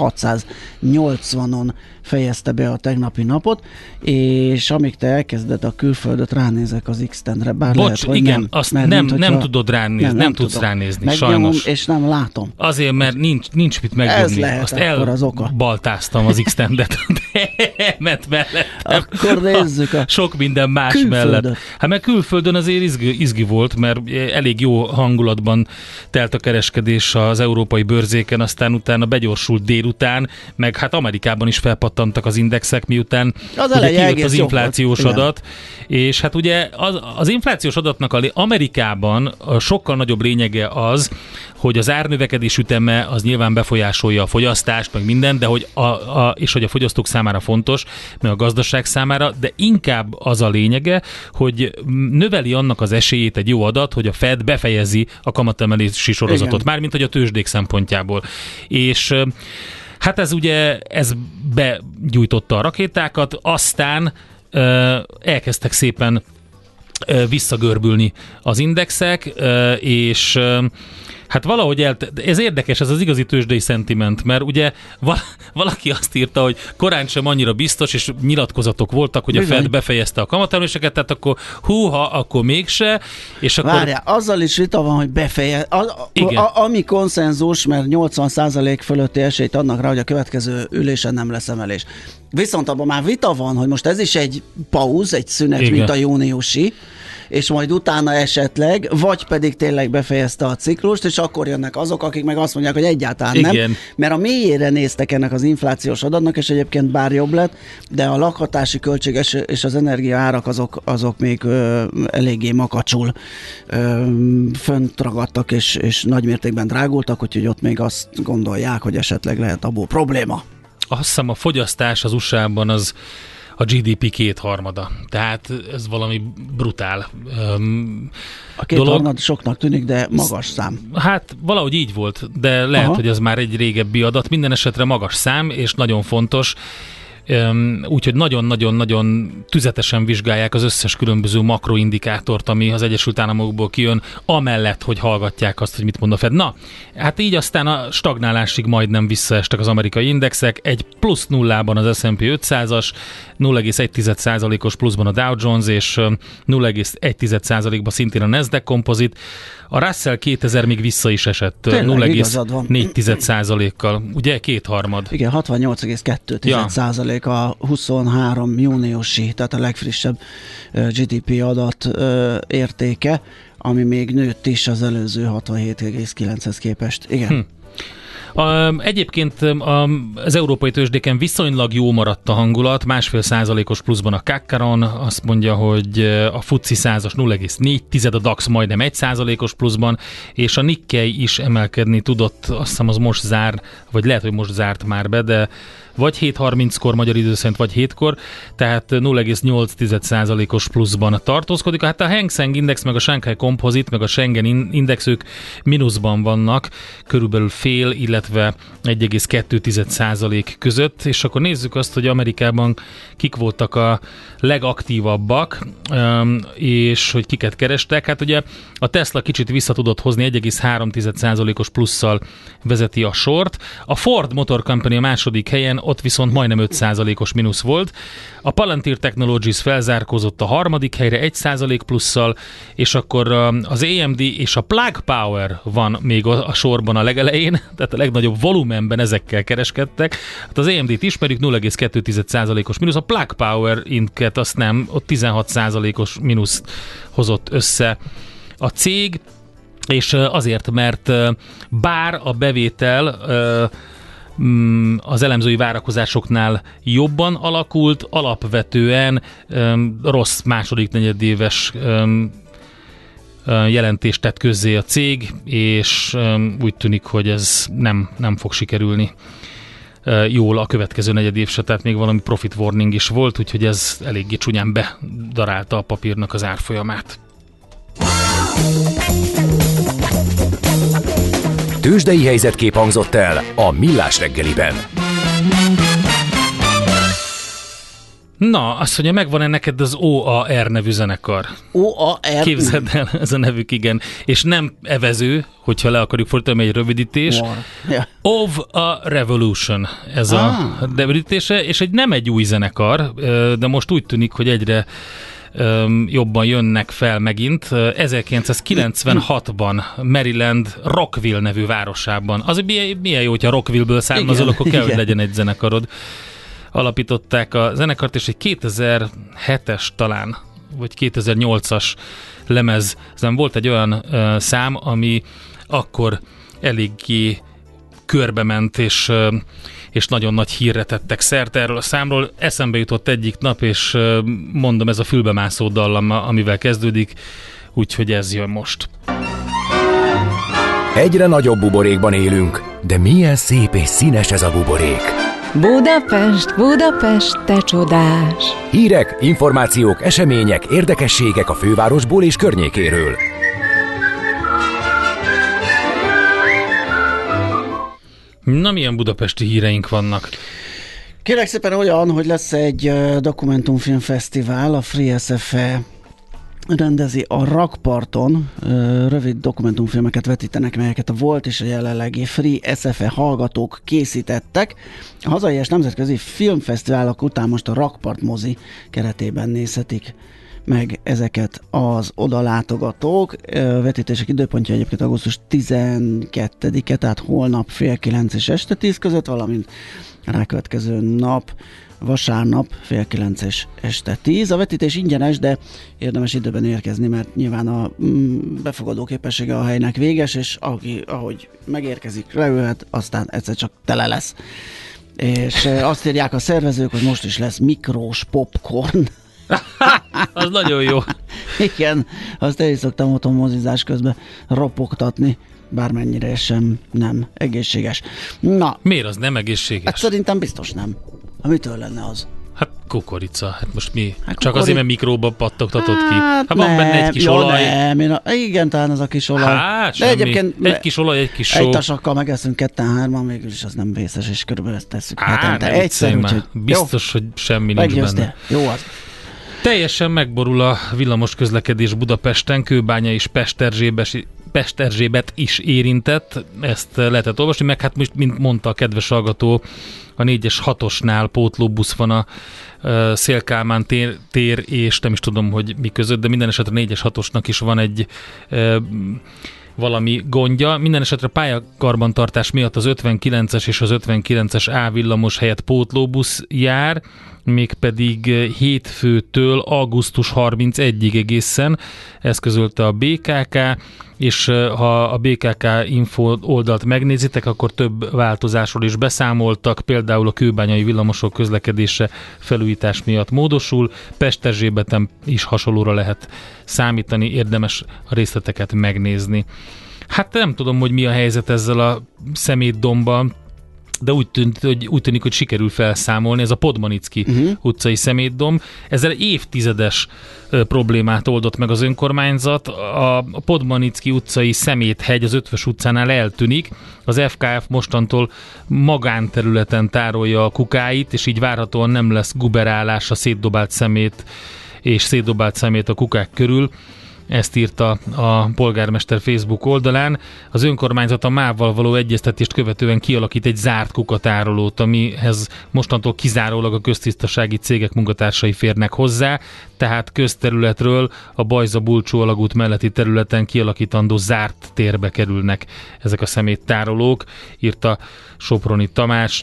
kétezer-hatszáznyolcvanon fejezte be a tegnapi napot, és amíg te elkezded a külföldöt, ránézek az X-tendre, bár Bocs, lehet, hogy igen, nem. azt nem, mint, nem tudod ránézni, nem, nem, nem tudsz tudom. ránézni, Megnyomom, sajnos. és nem látom. Azért, mert nincs, nincs mit megnyomni. Ez lehet, azt akkor az oka. Elbaltáztam az X-tendet, mert mellett. Akkor nézzük a sok minden más külföldöt. mellett. Hát meg külföldön azért izgi, izgi volt, mert elég jó hangulatban telt a kereskedés az európai bőrzéken, aztán utána begyorsult délután, meg hát Amerikában is felpattantak az indexek, miután az ugye kijött az inflációs volt, adat, igen. És hát ugye az, az inflációs adatnak a, Amerikában a sokkal nagyobb lényege az, hogy az árnövekedés üteme az nyilván befolyásolja a fogyasztást, meg minden, de hogy a, a, és hogy a fogyasztók számára fontos, meg a gazdaság számára, de inkább az a lényege, hogy növeli annak az esélyét egy jó adat, hogy a Fed befejezi a kamatemelési sorozatot, mármint hogy a tőzsdék szempontjából. És hát ez ugye, ez begyújtotta a rakétákat, aztán elkezdtek szépen visszagörbülni az indexek, és hát valahogy el, ez érdekes, ez az igazi tőzsdei szentiment, mert ugye valaki azt írta, hogy korán sem annyira biztos, és nyilatkozatok voltak, hogy Bizony. a Fed befejezte a kamatemeléseket, tehát akkor húha, akkor mégse, és akkor... Várjál, azzal is vita van, hogy befejez... A, a, a, ami konszenzus, mert nyolcvan százalék fölötti esélyt adnak rá, hogy a következő ülésen nem lesz emelés. Viszont abban már vita van, hogy most ez is egy pauz, egy szünet, Igen. mint a júniusi, és majd utána esetleg, vagy pedig tényleg befejezte a ciklust, és akkor jönnek azok, akik meg azt mondják, hogy egyáltalán Igen. nem, mert a mélyére néztek ennek az inflációs adatnak, és egyébként bár jobb lett, de a lakhatási költség és az energia árak azok, azok még ö, eléggé makacsul ö, fönt ragadtak, és, és nagymértékben drágultak, úgyhogy ott még azt gondolják, hogy esetleg lehet abból probléma. Azt hiszem a fogyasztás az u es á-ban az a gé dé pé kétharmada. Tehát ez valami brutál um, A kétharmad soknak tűnik, de magas szám. Hát valahogy így volt, de lehet, Aha. hogy ez már egy régebbi adat. Minden esetre magas szám, és nagyon fontos. Um, úgyhogy nagyon-nagyon-nagyon tüzetesen vizsgálják az összes különböző makroindikátort, ami az Egyesült Államokból kijön, amellett, hogy hallgatják azt, hogy mit mond a Fed. Na, hát így aztán a stagnálásig majdnem visszaestek az amerikai indexek, egy plusz nullában az es and pé ötszázas, nulla egész egy százalékos pluszban a Dow Jones, és nulla egész egy százalékban szintén a Nasdaq Composite. A Russell kétezer még vissza is esett nulla egész négy százalékkal, ugye kétharmad. Igen, hatvannyolc egész kettő százalék ja. a huszonhárom júniusi, tehát a legfrissebb gé dé pé adat értéke, ami még nőtt is az előző hatvanhét egész kilenchez képest. Igen. Hm. A, egyébként az európai tőzsdéken viszonylag jó maradt a hangulat, másfél százalékos pluszban a Kakkaron, azt mondja, hogy a FTSE százas nulla egész négy, a DAX majdnem egy százalékos pluszban, és a Nikkei is emelkedni tudott, azt hiszem az most zár, vagy lehet, hogy most zárt már be, de vagy hét harminckor magyar idő szerint, vagy hétkor, tehát nulla egész nyolc százalékos pluszban tartózkodik. Hát a Hang Seng Index, meg a Shanghai Composite, meg a Schengen Index, ők mínuszban vannak, körülbelül fél, illetve egy egész kettő százalék között, és akkor nézzük azt, hogy Amerikában kik voltak a legaktívabbak, és hogy kiket kerestek. Hát ugye a Tesla kicsit vissza tudott hozni, egy egész három százalékos plusszal vezeti a sort. A Ford Motor Company a második helyen, ott viszont majdnem öt százalékos mínusz volt. A Palantir Technologies felzárkózott a harmadik helyre egy százalék plusszal, és akkor az á em dé és a Plug Power van még a sorban a legelején, tehát a legnagyobb volumenben ezekkel kereskedtek. Hát az á em dét ismerjük, nulla egész kettő százalékos mínusz, a Plug Power Inc-et azt nem, ott tizenhat százalékos mínusz hozott össze a cég, és azért, mert bár a bevétel az elemzői várakozásoknál jobban alakult, alapvetően um, rossz második negyedéves um, uh, jelentést tett közzé a cég, és um, úgy tűnik, hogy ez nem, nem fog sikerülni uh, jól a következő negyedév se, tehát még valami profit warning is volt, úgyhogy ez eléggé csúnyán bedarálta a papírnak az árfolyamát. Tőzsdei helyzetkép hangzott el a Millás reggeliben. Na, azt mondja, megvan-e neked az o á er nevű zenekar? o á er? Képzeld el, ez a nevük, igen. És nem evező, hogyha le akarjuk fordítani, egy rövidítés. Yeah. Of a Revolution, ez ah. a rövidítése, és egy, nem egy új zenekar, de most úgy tűnik, hogy egyre jobban jönnek fel megint. ezerkilencszázkilencvenhatban Maryland Rockville nevű városában. Az milyen, milyen jó, hogyha Rockville-ből származol, akkor kell, igen. hogy legyen egy zenekarod. Alapították a zenekart, és egy kétezer-hetes talán, vagy kétezer-nyolcas lemezen volt egy olyan uh, szám, ami akkor eléggé körbe ment, és uh, és nagyon nagy hírre tettek szert erről a számról. Eszembe jutott egyik nap, és mondom, ez a fülbemászó dallam, amivel kezdődik, úgyhogy ez jön most. Egyre nagyobb buborékban élünk, de milyen szép és színes ez a buborék. Budapest, Budapest, te csodás! Hírek, információk, események, érdekességek a fővárosból és környékéről. Na, milyen budapesti híreink vannak? Kérlek szépen olyan, hogy lesz egy dokumentumfilmfesztivál, a Free es ef e rendezi a Rakparton, rövid dokumentumfilmeket vetítenek, melyeket a volt és a jelenlegi Free es ef e hallgatók készítettek. A hazai és nemzetközi filmfesztiválok után most a Rakpart mozi keretében nézhetik meg ezeket az odalátogatók. Vetítések időpontja egyébként augusztus tizenkettedike, tehát holnap fél kilenc és este tíz között, valamint rákövetkező nap, vasárnap fél kilenc és este tíz. A vetítés ingyenes, de érdemes időben érkezni, mert nyilván a mm, befogadó képessége a helynek véges, és aki, ahogy megérkezik, leülhet, aztán egyszer csak tele lesz. És azt írják a szervezők, hogy most is lesz mikrós popcorn. Az nagyon jó. Igen, azt el is szoktam otthon mozizás közben ropogtatni, bármennyire sem nem egészséges. Na. Miért az nem egészséges? Hát szerintem biztos nem. Ha mitől lenne az? Hát kukorica, hát most mi? Hát Csak kukoric... azért, mert mikróba pattogtatod ki. Hát hát van nem, benne egy kis jó, olaj. Nem, én a, igen, talán az a kis olaj. Hát, de semmi. egyébként Egy kis olaj, egy kis só. egy tasakkal megeszünk ketten-hárman, mégis az nem vészes, és körülbelül ezt tesszük Á, hetente. Egyszer, úgyhogy biztos, jó? Hogy semmi nincs benne. Jó az. Teljesen megborul a villamos közlekedés Budapesten, Kőbánya és Pesterzsébet is érintett, ezt lehetett olvasni, meg hát most, mint mondta a kedves hallgató, a négyes hatosnál pótlóbusz van a uh, Széll-Kálmán tér, tér, és nem is tudom, hogy mi között, de minden esetre a négyes hatosnak is van egy uh, valami gondja. Minden esetre pályakarbantartás miatt az ötvenkilences és az ötvenkilences A villamos helyett pótlóbusz jár, mégpedig hétfőtől augusztus harmincegyedikéig egészen, ezt közölte a bé ká ká, és ha a bé ká ká info oldalt megnézitek, akkor több változásról is beszámoltak, például a kőbányai villamosok közlekedése felújítás miatt módosul, Pesterzsébeten is hasonlóra lehet számítani, érdemes a részleteket megnézni. Hát nem tudom, hogy mi a helyzet ezzel a szemétdombbal, de úgy, tűnt, hogy, úgy tűnik, hogy sikerül felszámolni, ez a Podmanicki uh-huh. utcai szemétdomb. Ezzel évtizedes ö, problémát oldott meg az önkormányzat. A, a Podmanicki utcai szeméthegy az Ötvös utcánál eltűnik. Az ef ká ef mostantól magánterületen tárolja a kukáit, és így várhatóan nem lesz guberálás a szétdobált szemét és szétdobált szemét a kukák körül. Ezt írta a polgármester Facebook oldalán. Az önkormányzat a MÁV-val való egyeztetést követően kialakít egy zárt kukatárolót, amihez mostantól kizárólag a köztisztasági cégek munkatársai férnek hozzá, tehát közterületről a Bajza-Bulcsó alagút melletti területen kialakítandó zárt térbe kerülnek ezek a szeméttárolók, írta Soproni Tamás,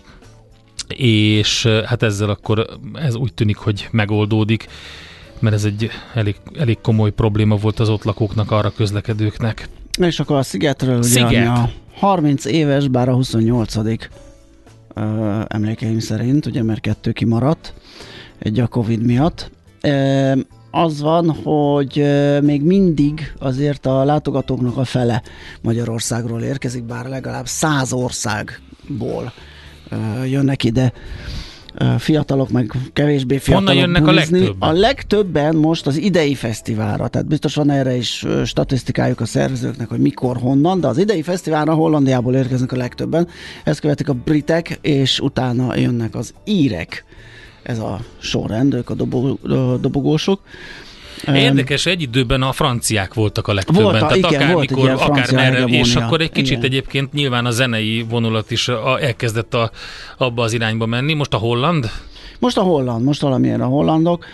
és hát ezzel akkor ez úgy tűnik, hogy megoldódik, mert ez egy elég, elég komoly probléma volt az ott lakóknak, arra közlekedőknek. És akkor a Szigetről, ugye, Sziget. a harminc éves, bár a huszonnyolcadik ö, emlékeim szerint, ugye, mert kettő kimaradt, egy a Covid miatt. E, az van, hogy e, még mindig azért a látogatóknak a fele Magyarországról érkezik, bár legalább száz országból e, jönnek ide fiatalok, meg kevésbé fiatalok. Honnan jönnek bulizni. a legtöbben? A legtöbben most az idei fesztiválra, tehát biztos van erre is statisztikájuk a szervezőknek, hogy mikor, honnan, de az idei fesztiválra Hollandiából érkeznek a legtöbben. Ezt követik a britek, és utána jönnek az írek. Ez a sorrend, ők a, dobog, a dobogósok. Érdekes, egy időben a franciák voltak a legtöbben, Volt a, tehát igen, akármikor, volt akármerre, és akkor egy kicsit igen. egyébként nyilván a zenei vonulat is a, elkezdett a, abba az irányba menni. Most a holland? Most a holland, most valamilyen a hollandok.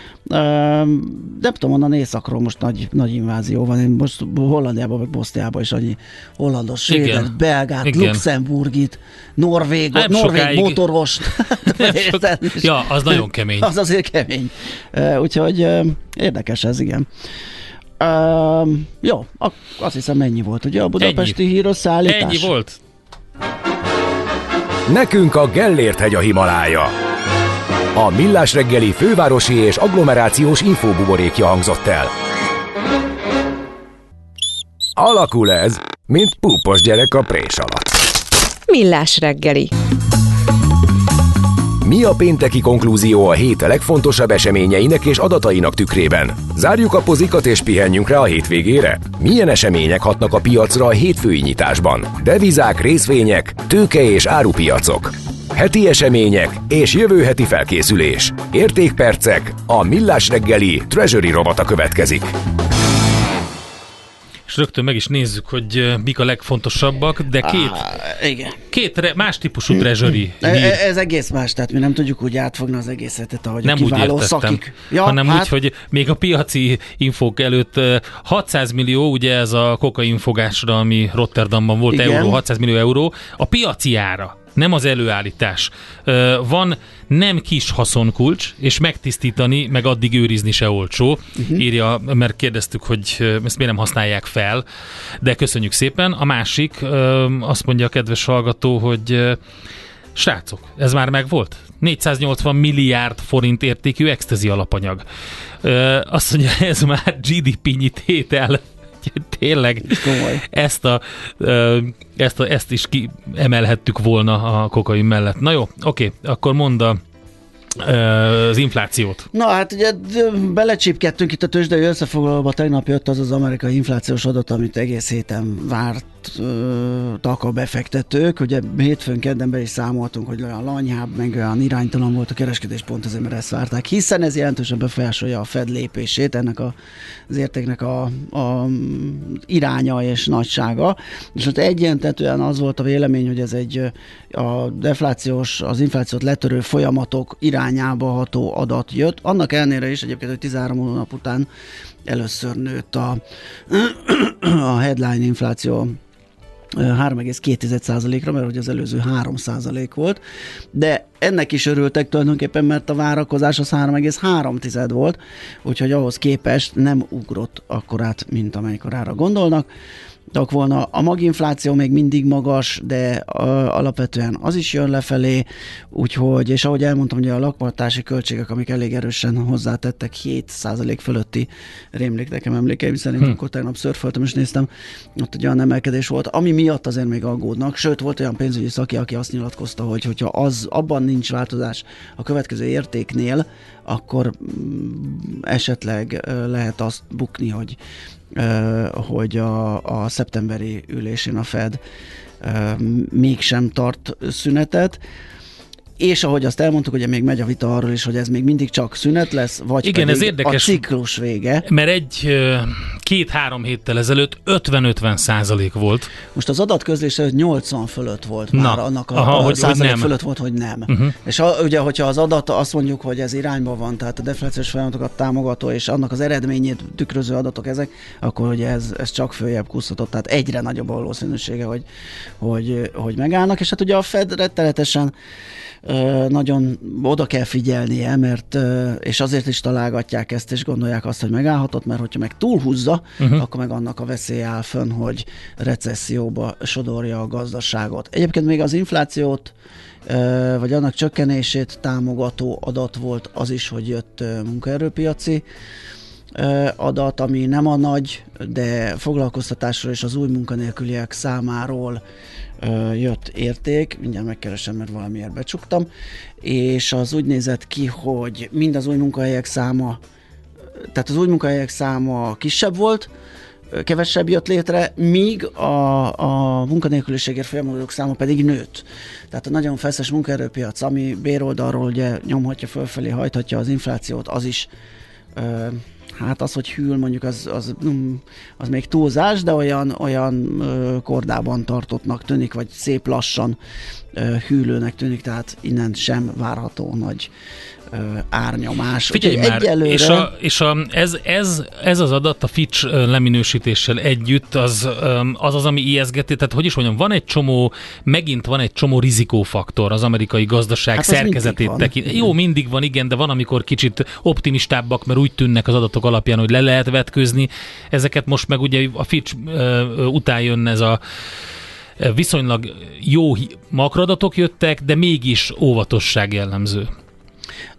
Nem tudom, onnan északról most nagy, nagy invázió van. Én most Hollandiában, meg Boszniában is annyi hollandos, svédet, belgát, igen. luxemburgit, norvégot, norvég sokáig... motorost. Ja, az nagyon kemény. Az azért kemény. Úgyhogy érdekes ez, igen. Uh, jó, azt hiszem mennyi volt, ugye a budapesti hírösszeállítás? Ennyi volt. Nekünk a Gellért-hegy a Himalája. A Millás reggeli fővárosi és agglomerációs infóbuborékja hangzott el. Alakul ez, mint púpos gyerek a prés alatt. Millás reggeli. Mi a pénteki konklúzió a hét legfontosabb eseményeinek és adatainak tükrében? Zárjuk a pozikat és pihenjünk rá a hétvégére? Milyen események hatnak a piacra a hétfői nyitásban? Devizák, részvények, tőke és árupiacok. Heti események és jövő heti felkészülés. Értékpercek, a Millás reggeli Treasury rovata következik. És rögtön meg is nézzük, hogy mik a legfontosabbak, de két, ah, igen. két re, más típusú treasury hír. Ez egész más, tehát mi nem tudjuk úgy átfogni az egészet, ahogy nem a kiváló úgy értettem, szakik. Ja, hanem hát... úgy, hogy még a piaci infók előtt hatszáz millió, ugye ez a kokainfogásra, ami Rotterdamban volt, igen. euró, hatszáz millió euró, a piaci ára, nem az előállítás. Van nem kis haszonkulcs, és megtisztítani, meg addig őrizni se olcsó. Uh-huh. Írja, mert kérdeztük, hogy ezt miért nem használják fel, de köszönjük szépen. A másik, azt mondja a kedves hallgató, hogy srácok, ez már megvolt? négyszáznyolcvan milliárd forint értékű extazi alapanyag. Azt mondja, ez már gé dé pé-nyi tétel. Tényleg ezt, a, ezt, a, ezt is kiemelhettük volna a kokain mellett. Na jó, oké, akkor mondd a, az inflációt. Na hát ugye belecsípkedtünk itt a tőzsdei összefoglalóba, tegnap jött az az amerikai inflációs adat, amit egész héten vártak a befektetők. Ugye hétfőn kedden be is számoltunk, hogy olyan lanyhább, meg olyan iránytalan volt a kereskedés, pont azért, mert ezt várták, hiszen ez jelentősen befolyásolja a Fed lépését, ennek a, az értéknek a, a iránya és nagysága. És ott egyentetően az volt a vélemény, hogy ez egy a deflációs, az inflációt letörő folyamatok irányába ható adat jött. Annak ellenére is egyébként, hogy tizenhárom hónap után először nőtt a, a headline infláció három egész két százalékra, mert hogy az előző három százalék volt, de ennek is örültek tulajdonképpen, mert a várakozás az három egész három volt, úgyhogy ahhoz képest nem ugrott akkorát, mint amelyikorára gondolnak. De volna a maginfláció még mindig magas, de a, alapvetően az is jön lefelé, úgyhogy, és ahogy elmondtam, hogy a lakhatási költségek, amik elég erősen hozzátettek, hét százalék fölötti rémlik nekem emlékeim szerint, hm. akkor tegnap szörföltem és néztem, ott egy olyan emelkedés volt, ami miatt azért még aggódnak, sőt volt olyan pénzügyi szaki, aki azt nyilatkozta, hogy hogyha az, abban nincs változás a következő értéknél, akkor esetleg lehet azt bukni, hogy hogy a, a szeptemberi ülésén a Fed mégsem tart szünetet, és ahogy azt elmondtuk, ugye még megy a vita arról is, hogy ez még mindig csak szünet lesz, vagy igen, pedig ez érdekes, a ciklus vége. Mert egy két-három héttel ezelőtt ötven-ötven százalék volt. Most az adatközlés nyolcvan fölött volt Na, már, annak a, aha, a hogy, százalék hogy fölött volt, hogy nem. Uh-huh. És a, ugye, hogyha az adat azt mondjuk, hogy ez irányba van, tehát a deflációs folyamatokat támogató, és annak az eredményét tükröző adatok ezek, akkor ugye ez, ez csak följebb kúszhatott, tehát egyre nagyobb a valószínűsége, hogy, hogy, hogy megállnak, és hát ugye a Fed rettenetesen nagyon oda kell figyelnie, mert és azért is találgatják ezt, és gondolják azt, hogy megállhatott, mert hogyha meg túlhúzza, uh-huh. akkor meg annak a veszélye áll fönn, hogy recesszióba sodorja a gazdaságot. Egyébként még az inflációt, vagy annak csökkenését támogató adat volt az is, hogy jött munkaerőpiaci adat, ami nem a nagy, de foglalkoztatásról és az új munkanélküliek számáról jött érték, mindjárt megkeresem, mert valamiért becsuktam, és az úgy nézett ki, hogy mind az új munkahelyek száma, tehát az új munkahelyek száma kisebb volt, kevesebb jött létre, míg a, a munkanélküliségért folyamodók száma pedig nőtt. Tehát a nagyon feszes munkaerőpiac, ami béroldalról ugye nyomhatja fölfelé, hajthatja az inflációt, az is hát az, hogy hűl, mondjuk az, az, az még túlzás, de olyan, olyan kordában tartottnak tűnik, vagy szép lassan hűlőnek tűnik, tehát innen sem várható nagy árnyomás. Figyelj Úgyhogy már, egyelőre... és, a, és a, ez, ez, ez az adat a Fitch leminősítéssel együtt az az, az ami ijeszgeti, tehát hogy is mondjam, van egy csomó, megint van egy csomó rizikófaktor az amerikai gazdaság hát szerkezetét tekint. Jó, mindig van, igen, de van, amikor kicsit optimistábbak, mert úgy tűnnek az adatok alapján, hogy le lehet vetközni. Ezeket most meg ugye a Fitch uh, után jön ez a viszonylag jó makroadatok jöttek, de mégis óvatosság jellemző.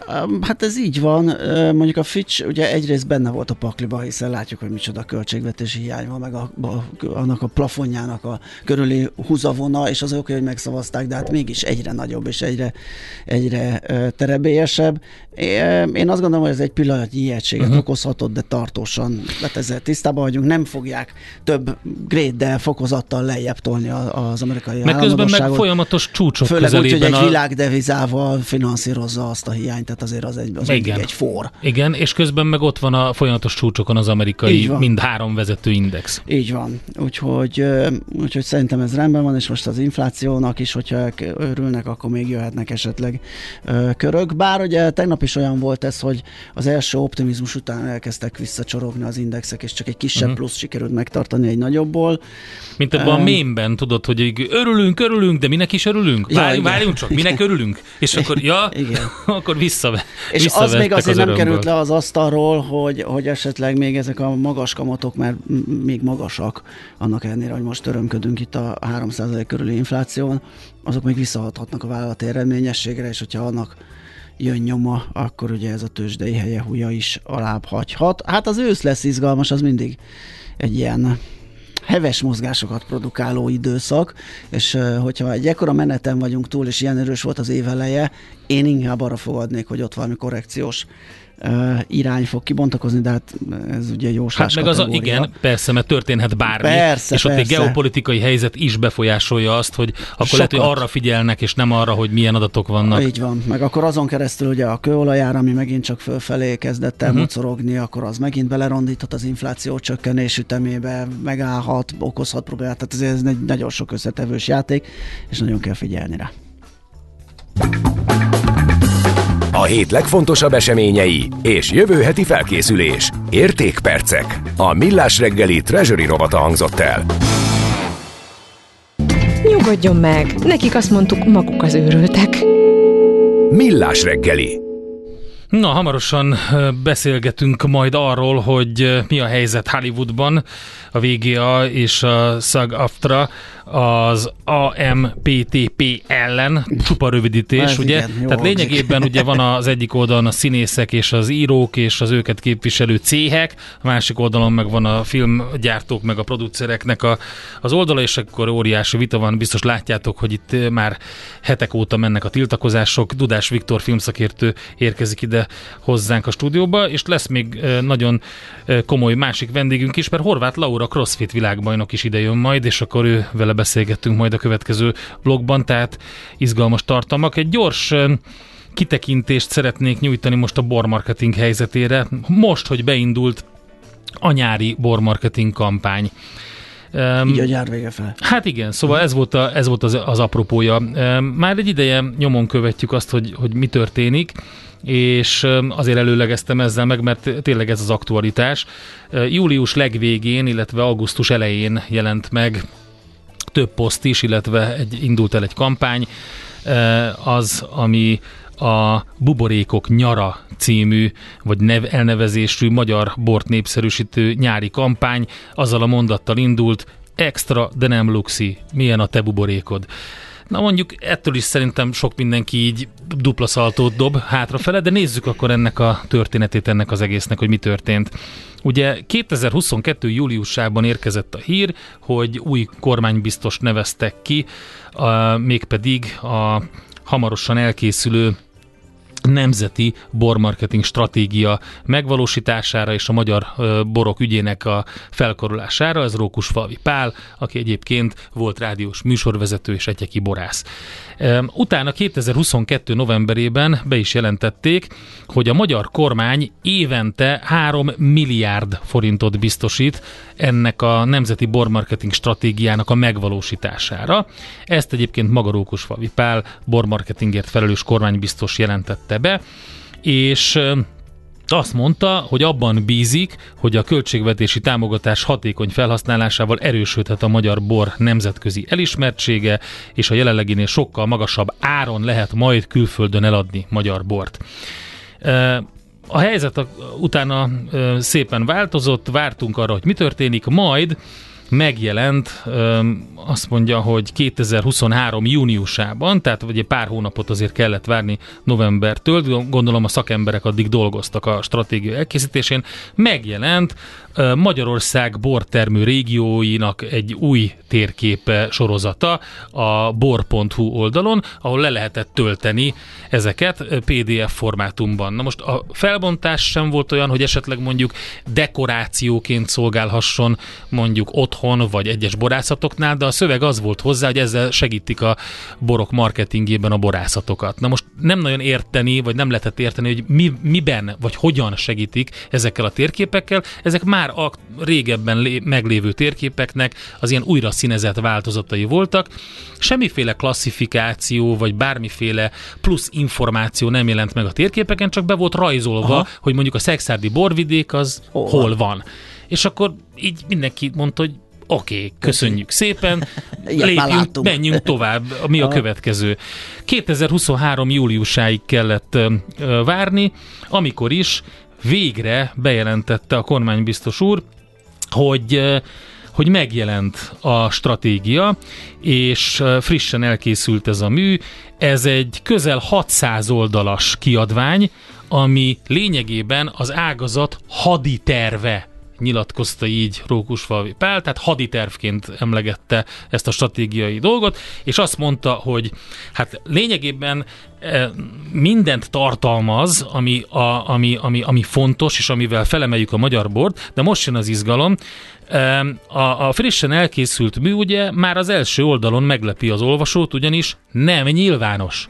Hát ez így van. Mondjuk a Fitch ugye egyrészt benne volt a pakliba, hiszen látjuk, hogy micsoda költségvetési hiány van, meg a, a, annak a plafonjának a körüli húzavona, és az oké, hogy megszavazták, de hát mégis egyre nagyobb és egyre, egyre terebélyesebb. Én azt gondolom, hogy ez egy pillanatnyi ijegységet uh-huh. okozhatott, de tartósan, hát ezzel tisztában vagyunk, nem fogják több gréddel, fokozattal lejjebb tolni az amerikai meg közben meg folyamatos csúcsok főleg közelében. Főleg úgy, hogy egy a... világdevizával finanszírozza azt a hiányt, tehát azért az egy, az igen. egy for. Igen, és közben meg ott van a folyamatos csúcsokon az amerikai mind három vezető index. Így van. Úgyhogy, úgyhogy szerintem ez rendben van, és most az inflációnak is, hogyha örülnek, akkor még jöhetnek esetleg körök. Bár ugye tegnap is olyan volt ez, hogy az első optimizmus után elkezdtek visszacsorogni az indexek, és csak egy kisebb uh-huh. plusz sikerült megtartani egy nagyobbból. Mint ebben um, a mémben, tudod, hogy örülünk, örülünk, de minek is örülünk? Ja, Várjunk, várjunk csak, minek örülünk? És akkor, ja, igen. akkor vissza, és az még azért az nem került le az asztalról, hogy, hogy esetleg még ezek a magas kamatok, mert még magasak, annak ellenére, hogy most örömködünk itt a három százalék körüli infláción, azok még visszahathatnak a vállalati eredményességre, és hogyha annak jön nyoma, akkor ugye ez a tőzsdei helyehúja is alább hagyhat. Hát az ősz lesz izgalmas, az mindig egy ilyen heves mozgásokat produkáló időszak, és uh, hogyha egy ekkora meneten vagyunk túl, és ilyen erős volt az éveleje, én inkább arra fogadnék, hogy ott valami korrekciós uh, irány fog kibontakozni, de hát ez ugye jóslás hát meg az a, igen, persze, mert történhet bármi, persze, és ott persze. egy geopolitikai helyzet is befolyásolja azt, hogy akkor Sokat. lehet, hogy arra figyelnek, és nem arra, hogy milyen adatok vannak. Így van, meg akkor azon keresztül ugye a kőolajár, ami megint csak fölfelé kezdett el uh-huh. mocorogni, akkor az megint belerondíthat az infláció csökkenés ütemébe, megállhat, okozhat problémát, tehát ez egy nagyon sok összetevős játék, és nagyon kell figyelni rá. A hét legfontosabb eseményei és jövő heti felkészülés. Értékpercek. A Millás reggeli Treasury rovata hangzott el. Nyugodjon meg, nekik azt mondtuk, maguk az őrültek. Millás reggeli. Na, hamarosan beszélgetünk majd arról, hogy mi a helyzet Hollywoodban, a vé gé á és a SAG-AFTRA az á em pé té pé ellen, csupa rövidítés, ez ugye? Igen, tehát lényegében ugye van az egyik oldalon a színészek és az írók és az őket képviselő céhek, a másik oldalon meg van a filmgyártók meg a producereknek a, az oldala, és akkor óriási vita van, biztos látjátok, hogy itt már hetek óta mennek a tiltakozások. Dudás Viktor filmszakértő érkezik ide hozzánk a stúdióba, és lesz még nagyon komoly másik vendégünk is, mert Horváth Laura CrossFit világbajnok is ide jön majd, és akkor ő vele beszélgettünk majd a következő vlogban, tehát izgalmas tartalmak. Egy gyors kitekintést szeretnék nyújtani most a bormarketing helyzetére. Most, hogy beindult a nyári bormarketing kampány. Így a nyár vége fel. Hát igen, szóval ez volt, a, ez volt az, az apropója. Már egy ideje nyomon követjük azt, hogy, hogy mi történik, és azért előlegeztem ezzel meg, mert tényleg ez az aktualitás. Július legvégén, illetve augusztus elején jelent meg több poszt is, illetve egy, indult el egy kampány, az, ami a Buborékok nyara című, vagy nev, elnevezésű magyar bort népszerűsítő nyári kampány, azzal a mondattal indult: extra, de nem luxi, milyen a te buborékod. Na mondjuk ettől is szerintem sok mindenki így dupla szaltót dob hátrafele, de nézzük akkor ennek a történetét, ennek az egésznek, hogy mi történt. Ugye kétezer-huszonkettő júliusában érkezett a hír, hogy új kormánybiztos neveztek ki, a, mégpedig a hamarosan elkészülő nemzeti bormarketing stratégia megvalósítására és a magyar uh, borok ügyének a felkarolására. Ez Rókusfalvi Pál, aki egyébként volt rádiós műsorvezető és etyeki borász. Um, utána kétezer-huszonkettő novemberében be is jelentették, hogy a magyar kormány évente három milliárd forintot biztosít ennek a nemzeti bormarketing stratégiának a megvalósítására. Ezt egyébként maga Rókusfalvi Pál bormarketingért felelős kormánybiztos jelentette be, és azt mondta, hogy abban bízik, hogy a költségvetési támogatás hatékony felhasználásával erősödhet a magyar bor nemzetközi elismertsége, és a jelenleginél sokkal magasabb áron lehet majd külföldön eladni magyar bort. A helyzet utána szépen változott, vártunk arra, hogy mi történik, majd megjelent, azt mondja, hogy kétezer-huszonhárom júniusában, tehát ugye pár hónapot azért kellett várni novembertől, gondolom a szakemberek addig dolgoztak a stratégia elkészítésén, megjelent Magyarország bortermő régióinak egy új térképe sorozata a bor pont hu oldalon, ahol le lehetett tölteni ezeket pé dé ef formátumban. Na most a felbontás sem volt olyan, hogy esetleg mondjuk dekorációként szolgálhasson mondjuk otthon vagy egyes borászatoknál, de a szöveg az volt hozzá, hogy ezzel segítik a borok marketingében a borászatokat. Na most nem nagyon érteni, vagy nem lehetett érteni, hogy mi, miben, vagy hogyan segítik ezekkel a térképekkel. Ezek már a régebben lé- meglévő térképeknek az ilyen újra színezett változatai voltak. Semmiféle klasszifikáció, vagy bármiféle plusz információ nem jelent meg a térképeken, csak be volt rajzolva, aha, hogy mondjuk a szekszárdi borvidék az hol, hol van. És akkor így mindenki mondta, hogy oké, okay, köszönjük szépen, lépjünk, menjünk tovább, mi a következő. kétezer-huszonhárom júliusáig kellett uh, várni, amikor is végre bejelentette a kormánybiztos úr, hogy, uh, hogy megjelent a stratégia, és uh, frissen elkészült ez a mű. Ez egy közel hatszáz oldalas kiadvány, ami lényegében az ágazat haditerve, nyilatkozta így Rókusfalvi Pál, tehát haditervként emlegette ezt a stratégiai dolgot, és azt mondta, hogy hát lényegében mindent tartalmaz, ami, a, ami, ami, ami fontos, és amivel felemeljük a magyar bort, de most jön az izgalom. A, a frissen elkészült mű ugye már az első oldalon meglepi az olvasót, ugyanis nem nyilvános.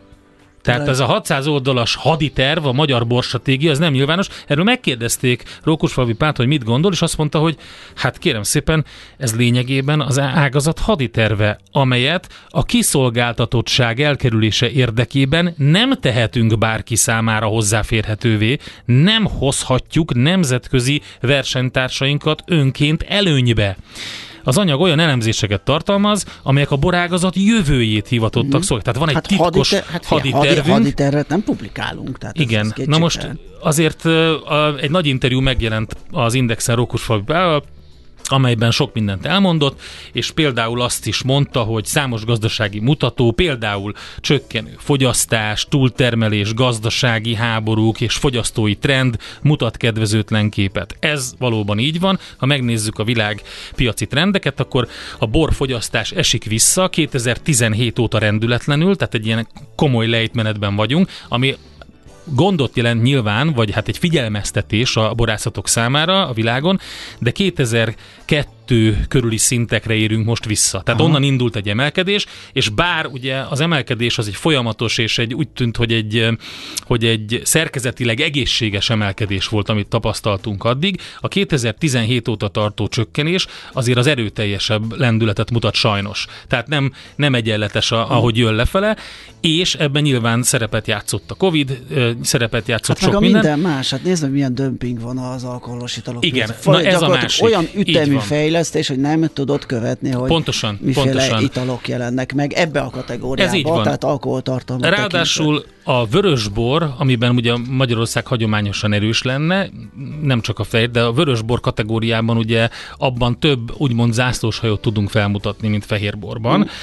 Tehát ez a hatszáz oldalas haditerv, a magyar borstratégia, ez nem nyilvános. Erről megkérdezték Rókusfalvi Pált, hogy mit gondol, és azt mondta, hogy hát kérem szépen, ez lényegében az ágazat haditerve, amelyet a kiszolgáltatottság elkerülése érdekében nem tehetünk bárki számára hozzáférhetővé, nem hozhatjuk nemzetközi versenytársainkat önként előnybe. Az anyag olyan elemzéseket tartalmaz, amelyek a borágazat jövőjét hivatottak mm. szolgálni. Tehát van egy hát titkos haditer- hát haditervünk. Haditervet nem publikálunk. Tehát igen, na most azért uh, egy nagy interjú megjelent az Indexen Rókusfalvi Pállal, amelyben sok mindent elmondott, és például azt is mondta, hogy számos gazdasági mutató, például csökkenő fogyasztás, túltermelés, gazdasági háborúk és fogyasztói trend mutat kedvezőtlen képet. Ez valóban így van. Ha megnézzük a világ piaci trendeket, akkor a borfogyasztás esik vissza kétezer-tizenhét óta rendületlenül, tehát egy ilyen komoly lejtmenetben vagyunk, ami gondot jelent nyilván, vagy hát egy figyelmeztetés a borászatok számára a világon, de kétezer-kettő körüli szintekre érünk most vissza. Tehát aha, onnan indult egy emelkedés, és bár ugye az emelkedés az egy folyamatos, és egy, úgy tűnt, hogy egy, hogy egy szerkezetileg egészséges emelkedés volt, amit tapasztaltunk addig, a kétezer-tizenhét óta tartó csökkenés azért az erőteljesebb lendületet mutat sajnos. Tehát nem, nem egyenletes, a, ahogy jön lefele, és ebben nyilván szerepet játszott a Covid, szerepet játszott hát sok minden. minden más, hát nézd meg, milyen dömping van az alkoholos italok. Igen, na ez a másik. Olyan ütemű fejlesztés, hogy nem tudod követni, hogy pontosan, miféle pontosan. italok jelennek meg ebbe a kategóriába, ez így van. Tehát alkoholtartalmat. Ráadásul tekintve. A vörösbor, amiben ugye Magyarország hagyományosan erős lenne, nem csak a fehér, de a vörösbor kategóriában ugye abban több úgymond zászlóshajót tudunk felmutatni, mint fehérborban. Mm.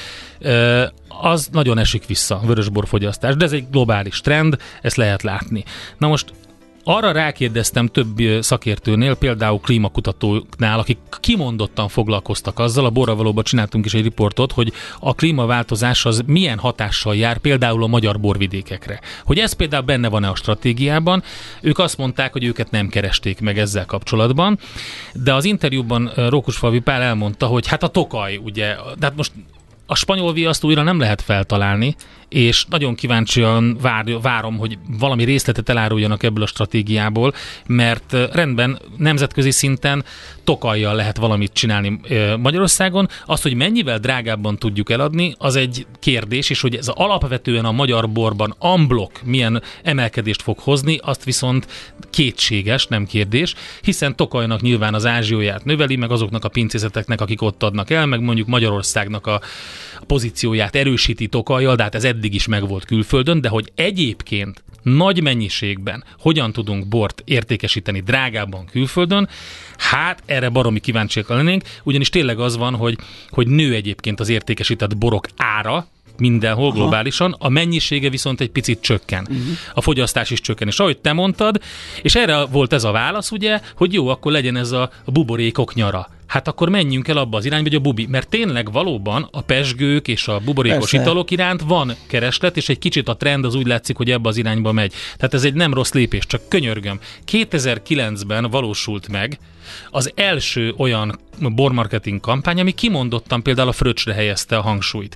Az nagyon esik vissza, a vörösbor fogyasztás, de ez egy globális trend, ezt lehet látni. Na most arra rákérdeztem több szakértőnél, például klímakutatóknál, akik kimondottan foglalkoztak azzal, a Borra Valóban csináltunk is egy riportot, hogy a klímaváltozás az milyen hatással jár például a magyar borvidékekre. Hogy ez például benne van-e a stratégiában, ők azt mondták, hogy őket nem keresték meg ezzel kapcsolatban, de az interjúban Rókusfalvi Pál elmondta, hogy hát a Tokaj, ugye, de hát most a spanyol viaszt újra nem lehet feltalálni, és nagyon kíváncsian vár, várom, hogy valami részletet eláruljanak ebből a stratégiából, mert rendben nemzetközi szinten Tokajjal lehet valamit csinálni Magyarországon. Az, hogy mennyivel drágábban tudjuk eladni, az egy kérdés, és hogy ez alapvetően a magyar borban unblock milyen emelkedést fog hozni, azt viszont kétséges, nem kérdés, hiszen Tokajnak nyilván az ázsióját növeli, meg azoknak a pincészeteknek, akik ott adnak el, meg mondjuk Magyarországnak a a pozícióját erősíti Tokajjal, de hát ez eddig is megvolt külföldön, de hogy egyébként nagy mennyiségben hogyan tudunk bort értékesíteni drágábban külföldön, hát erre baromi kíváncsiak lennénk, ugyanis tényleg az van, hogy, hogy nő egyébként az értékesített borok ára, mindenhol globálisan, a mennyisége viszont egy picit csökken. Uh-huh. A fogyasztás is csökken. És ahogy te mondtad, és erre volt ez a válasz, ugye, hogy jó, akkor legyen ez a buborékok nyara. Hát akkor menjünk el abba az irányba, hogy a bubi, mert tényleg valóban a pezsgők és a buborékos Persze. italok iránt van kereslet, és egy kicsit a trend az úgy látszik, hogy ebbe az irányba megy. Tehát ez egy nem rossz lépés, csak könyörgöm. kétezer-kilencben valósult meg az első olyan bormarketing kampány, ami kimondottan például a fröccsre helyezte a hangsúlyt.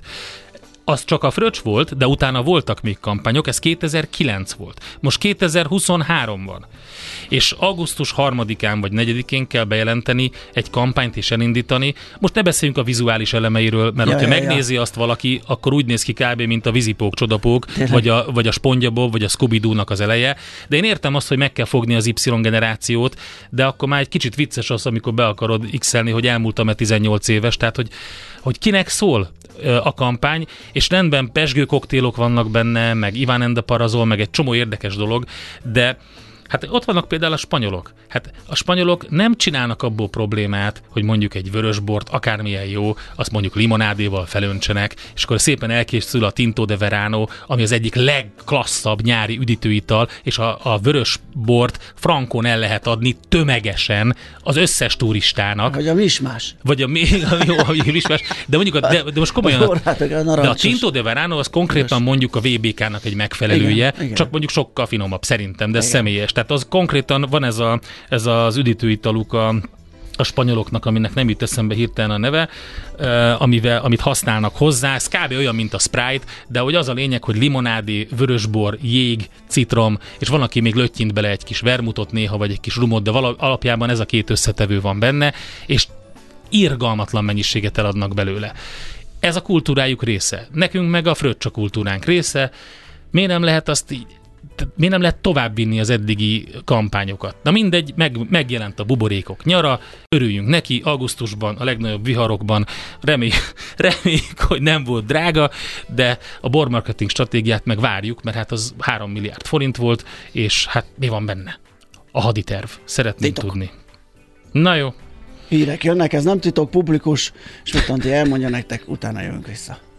Az csak a fröccs volt, de utána voltak még kampányok, ez kétezer-kilenc volt. Most kétezer-huszonhárom van. És augusztus harmadikán vagy negyedikén kell bejelenteni egy kampányt és elindítani. Most ne beszéljünk a vizuális elemeiről, mert ja, hogyha ja, megnézi ja. azt valaki, akkor úgy néz ki kb. Mint a Vizipók, Csodapók, vagy a, vagy a SpongeBob, vagy a Scooby-Doo-nak az eleje. De én értem azt, hogy meg kell fogni az Y generációt, de akkor már egy kicsit vicces az, amikor be akarod x-elni, hogy elmúltam-e tizennyolc éves, tehát hogy, hogy kinek szól a kampány, és rendben pezsgő koktélok vannak benne, meg Iván and the Parazol, meg egy csomó érdekes dolog, de hát ott vannak például a spanyolok. Hát a spanyolok nem csinálnak abból problémát, hogy mondjuk egy vörösbort, akármilyen jó, azt mondjuk limonádéval felöntsenek, és akkor szépen elkészül a Tinto de Verano, ami az egyik legklasszabb nyári üdítőital, és a, a vörösbort frankon el lehet adni tömegesen az összes turistának. Vagy a mismás. Vagy a, a, jó, a mismás. De mondjuk, a, de, de most komolyan, a, de a Tinto de Verano az konkrétan mondjuk a vé bé ká-nak egy megfelelője, igen, igen. Csak mondjuk sokkal finomabb szerintem, de ez személyes. Tehát az konkrétan van ez, a, ez az üdítőitaluk a, a spanyoloknak, aminek nem jut eszembe hirtelen a neve, uh, amivel, amit használnak hozzá. Ez kb. Olyan, mint a Sprite, de hogy az a lényeg, hogy limonádé, vörösbor, jég, citrom, és van, aki még löttyint bele egy kis vermutot néha, vagy egy kis rumot, de vala, alapjában ez a két összetevő van benne, és irgalmatlan mennyiséget eladnak belőle. Ez a kultúrájuk része. Nekünk meg a fröccsa kultúránk része. Miért nem lehet azt így miért nem lehet továbbvinni az eddigi kampányokat? Na mindegy, meg, megjelent a buborékok nyara, örüljünk neki, augusztusban, a legnagyobb viharokban, reméljük, reméljük, hogy nem volt drága, de a bormarketing stratégiát meg várjuk, mert hát az három milliárd forint volt, és hát mi van benne? A haditerv. Szeretnénk titok. Tudni. Na jó. Hírek jönnek, ez nem titok, publikus, és mit elmondja nektek, utána jövünk vissza.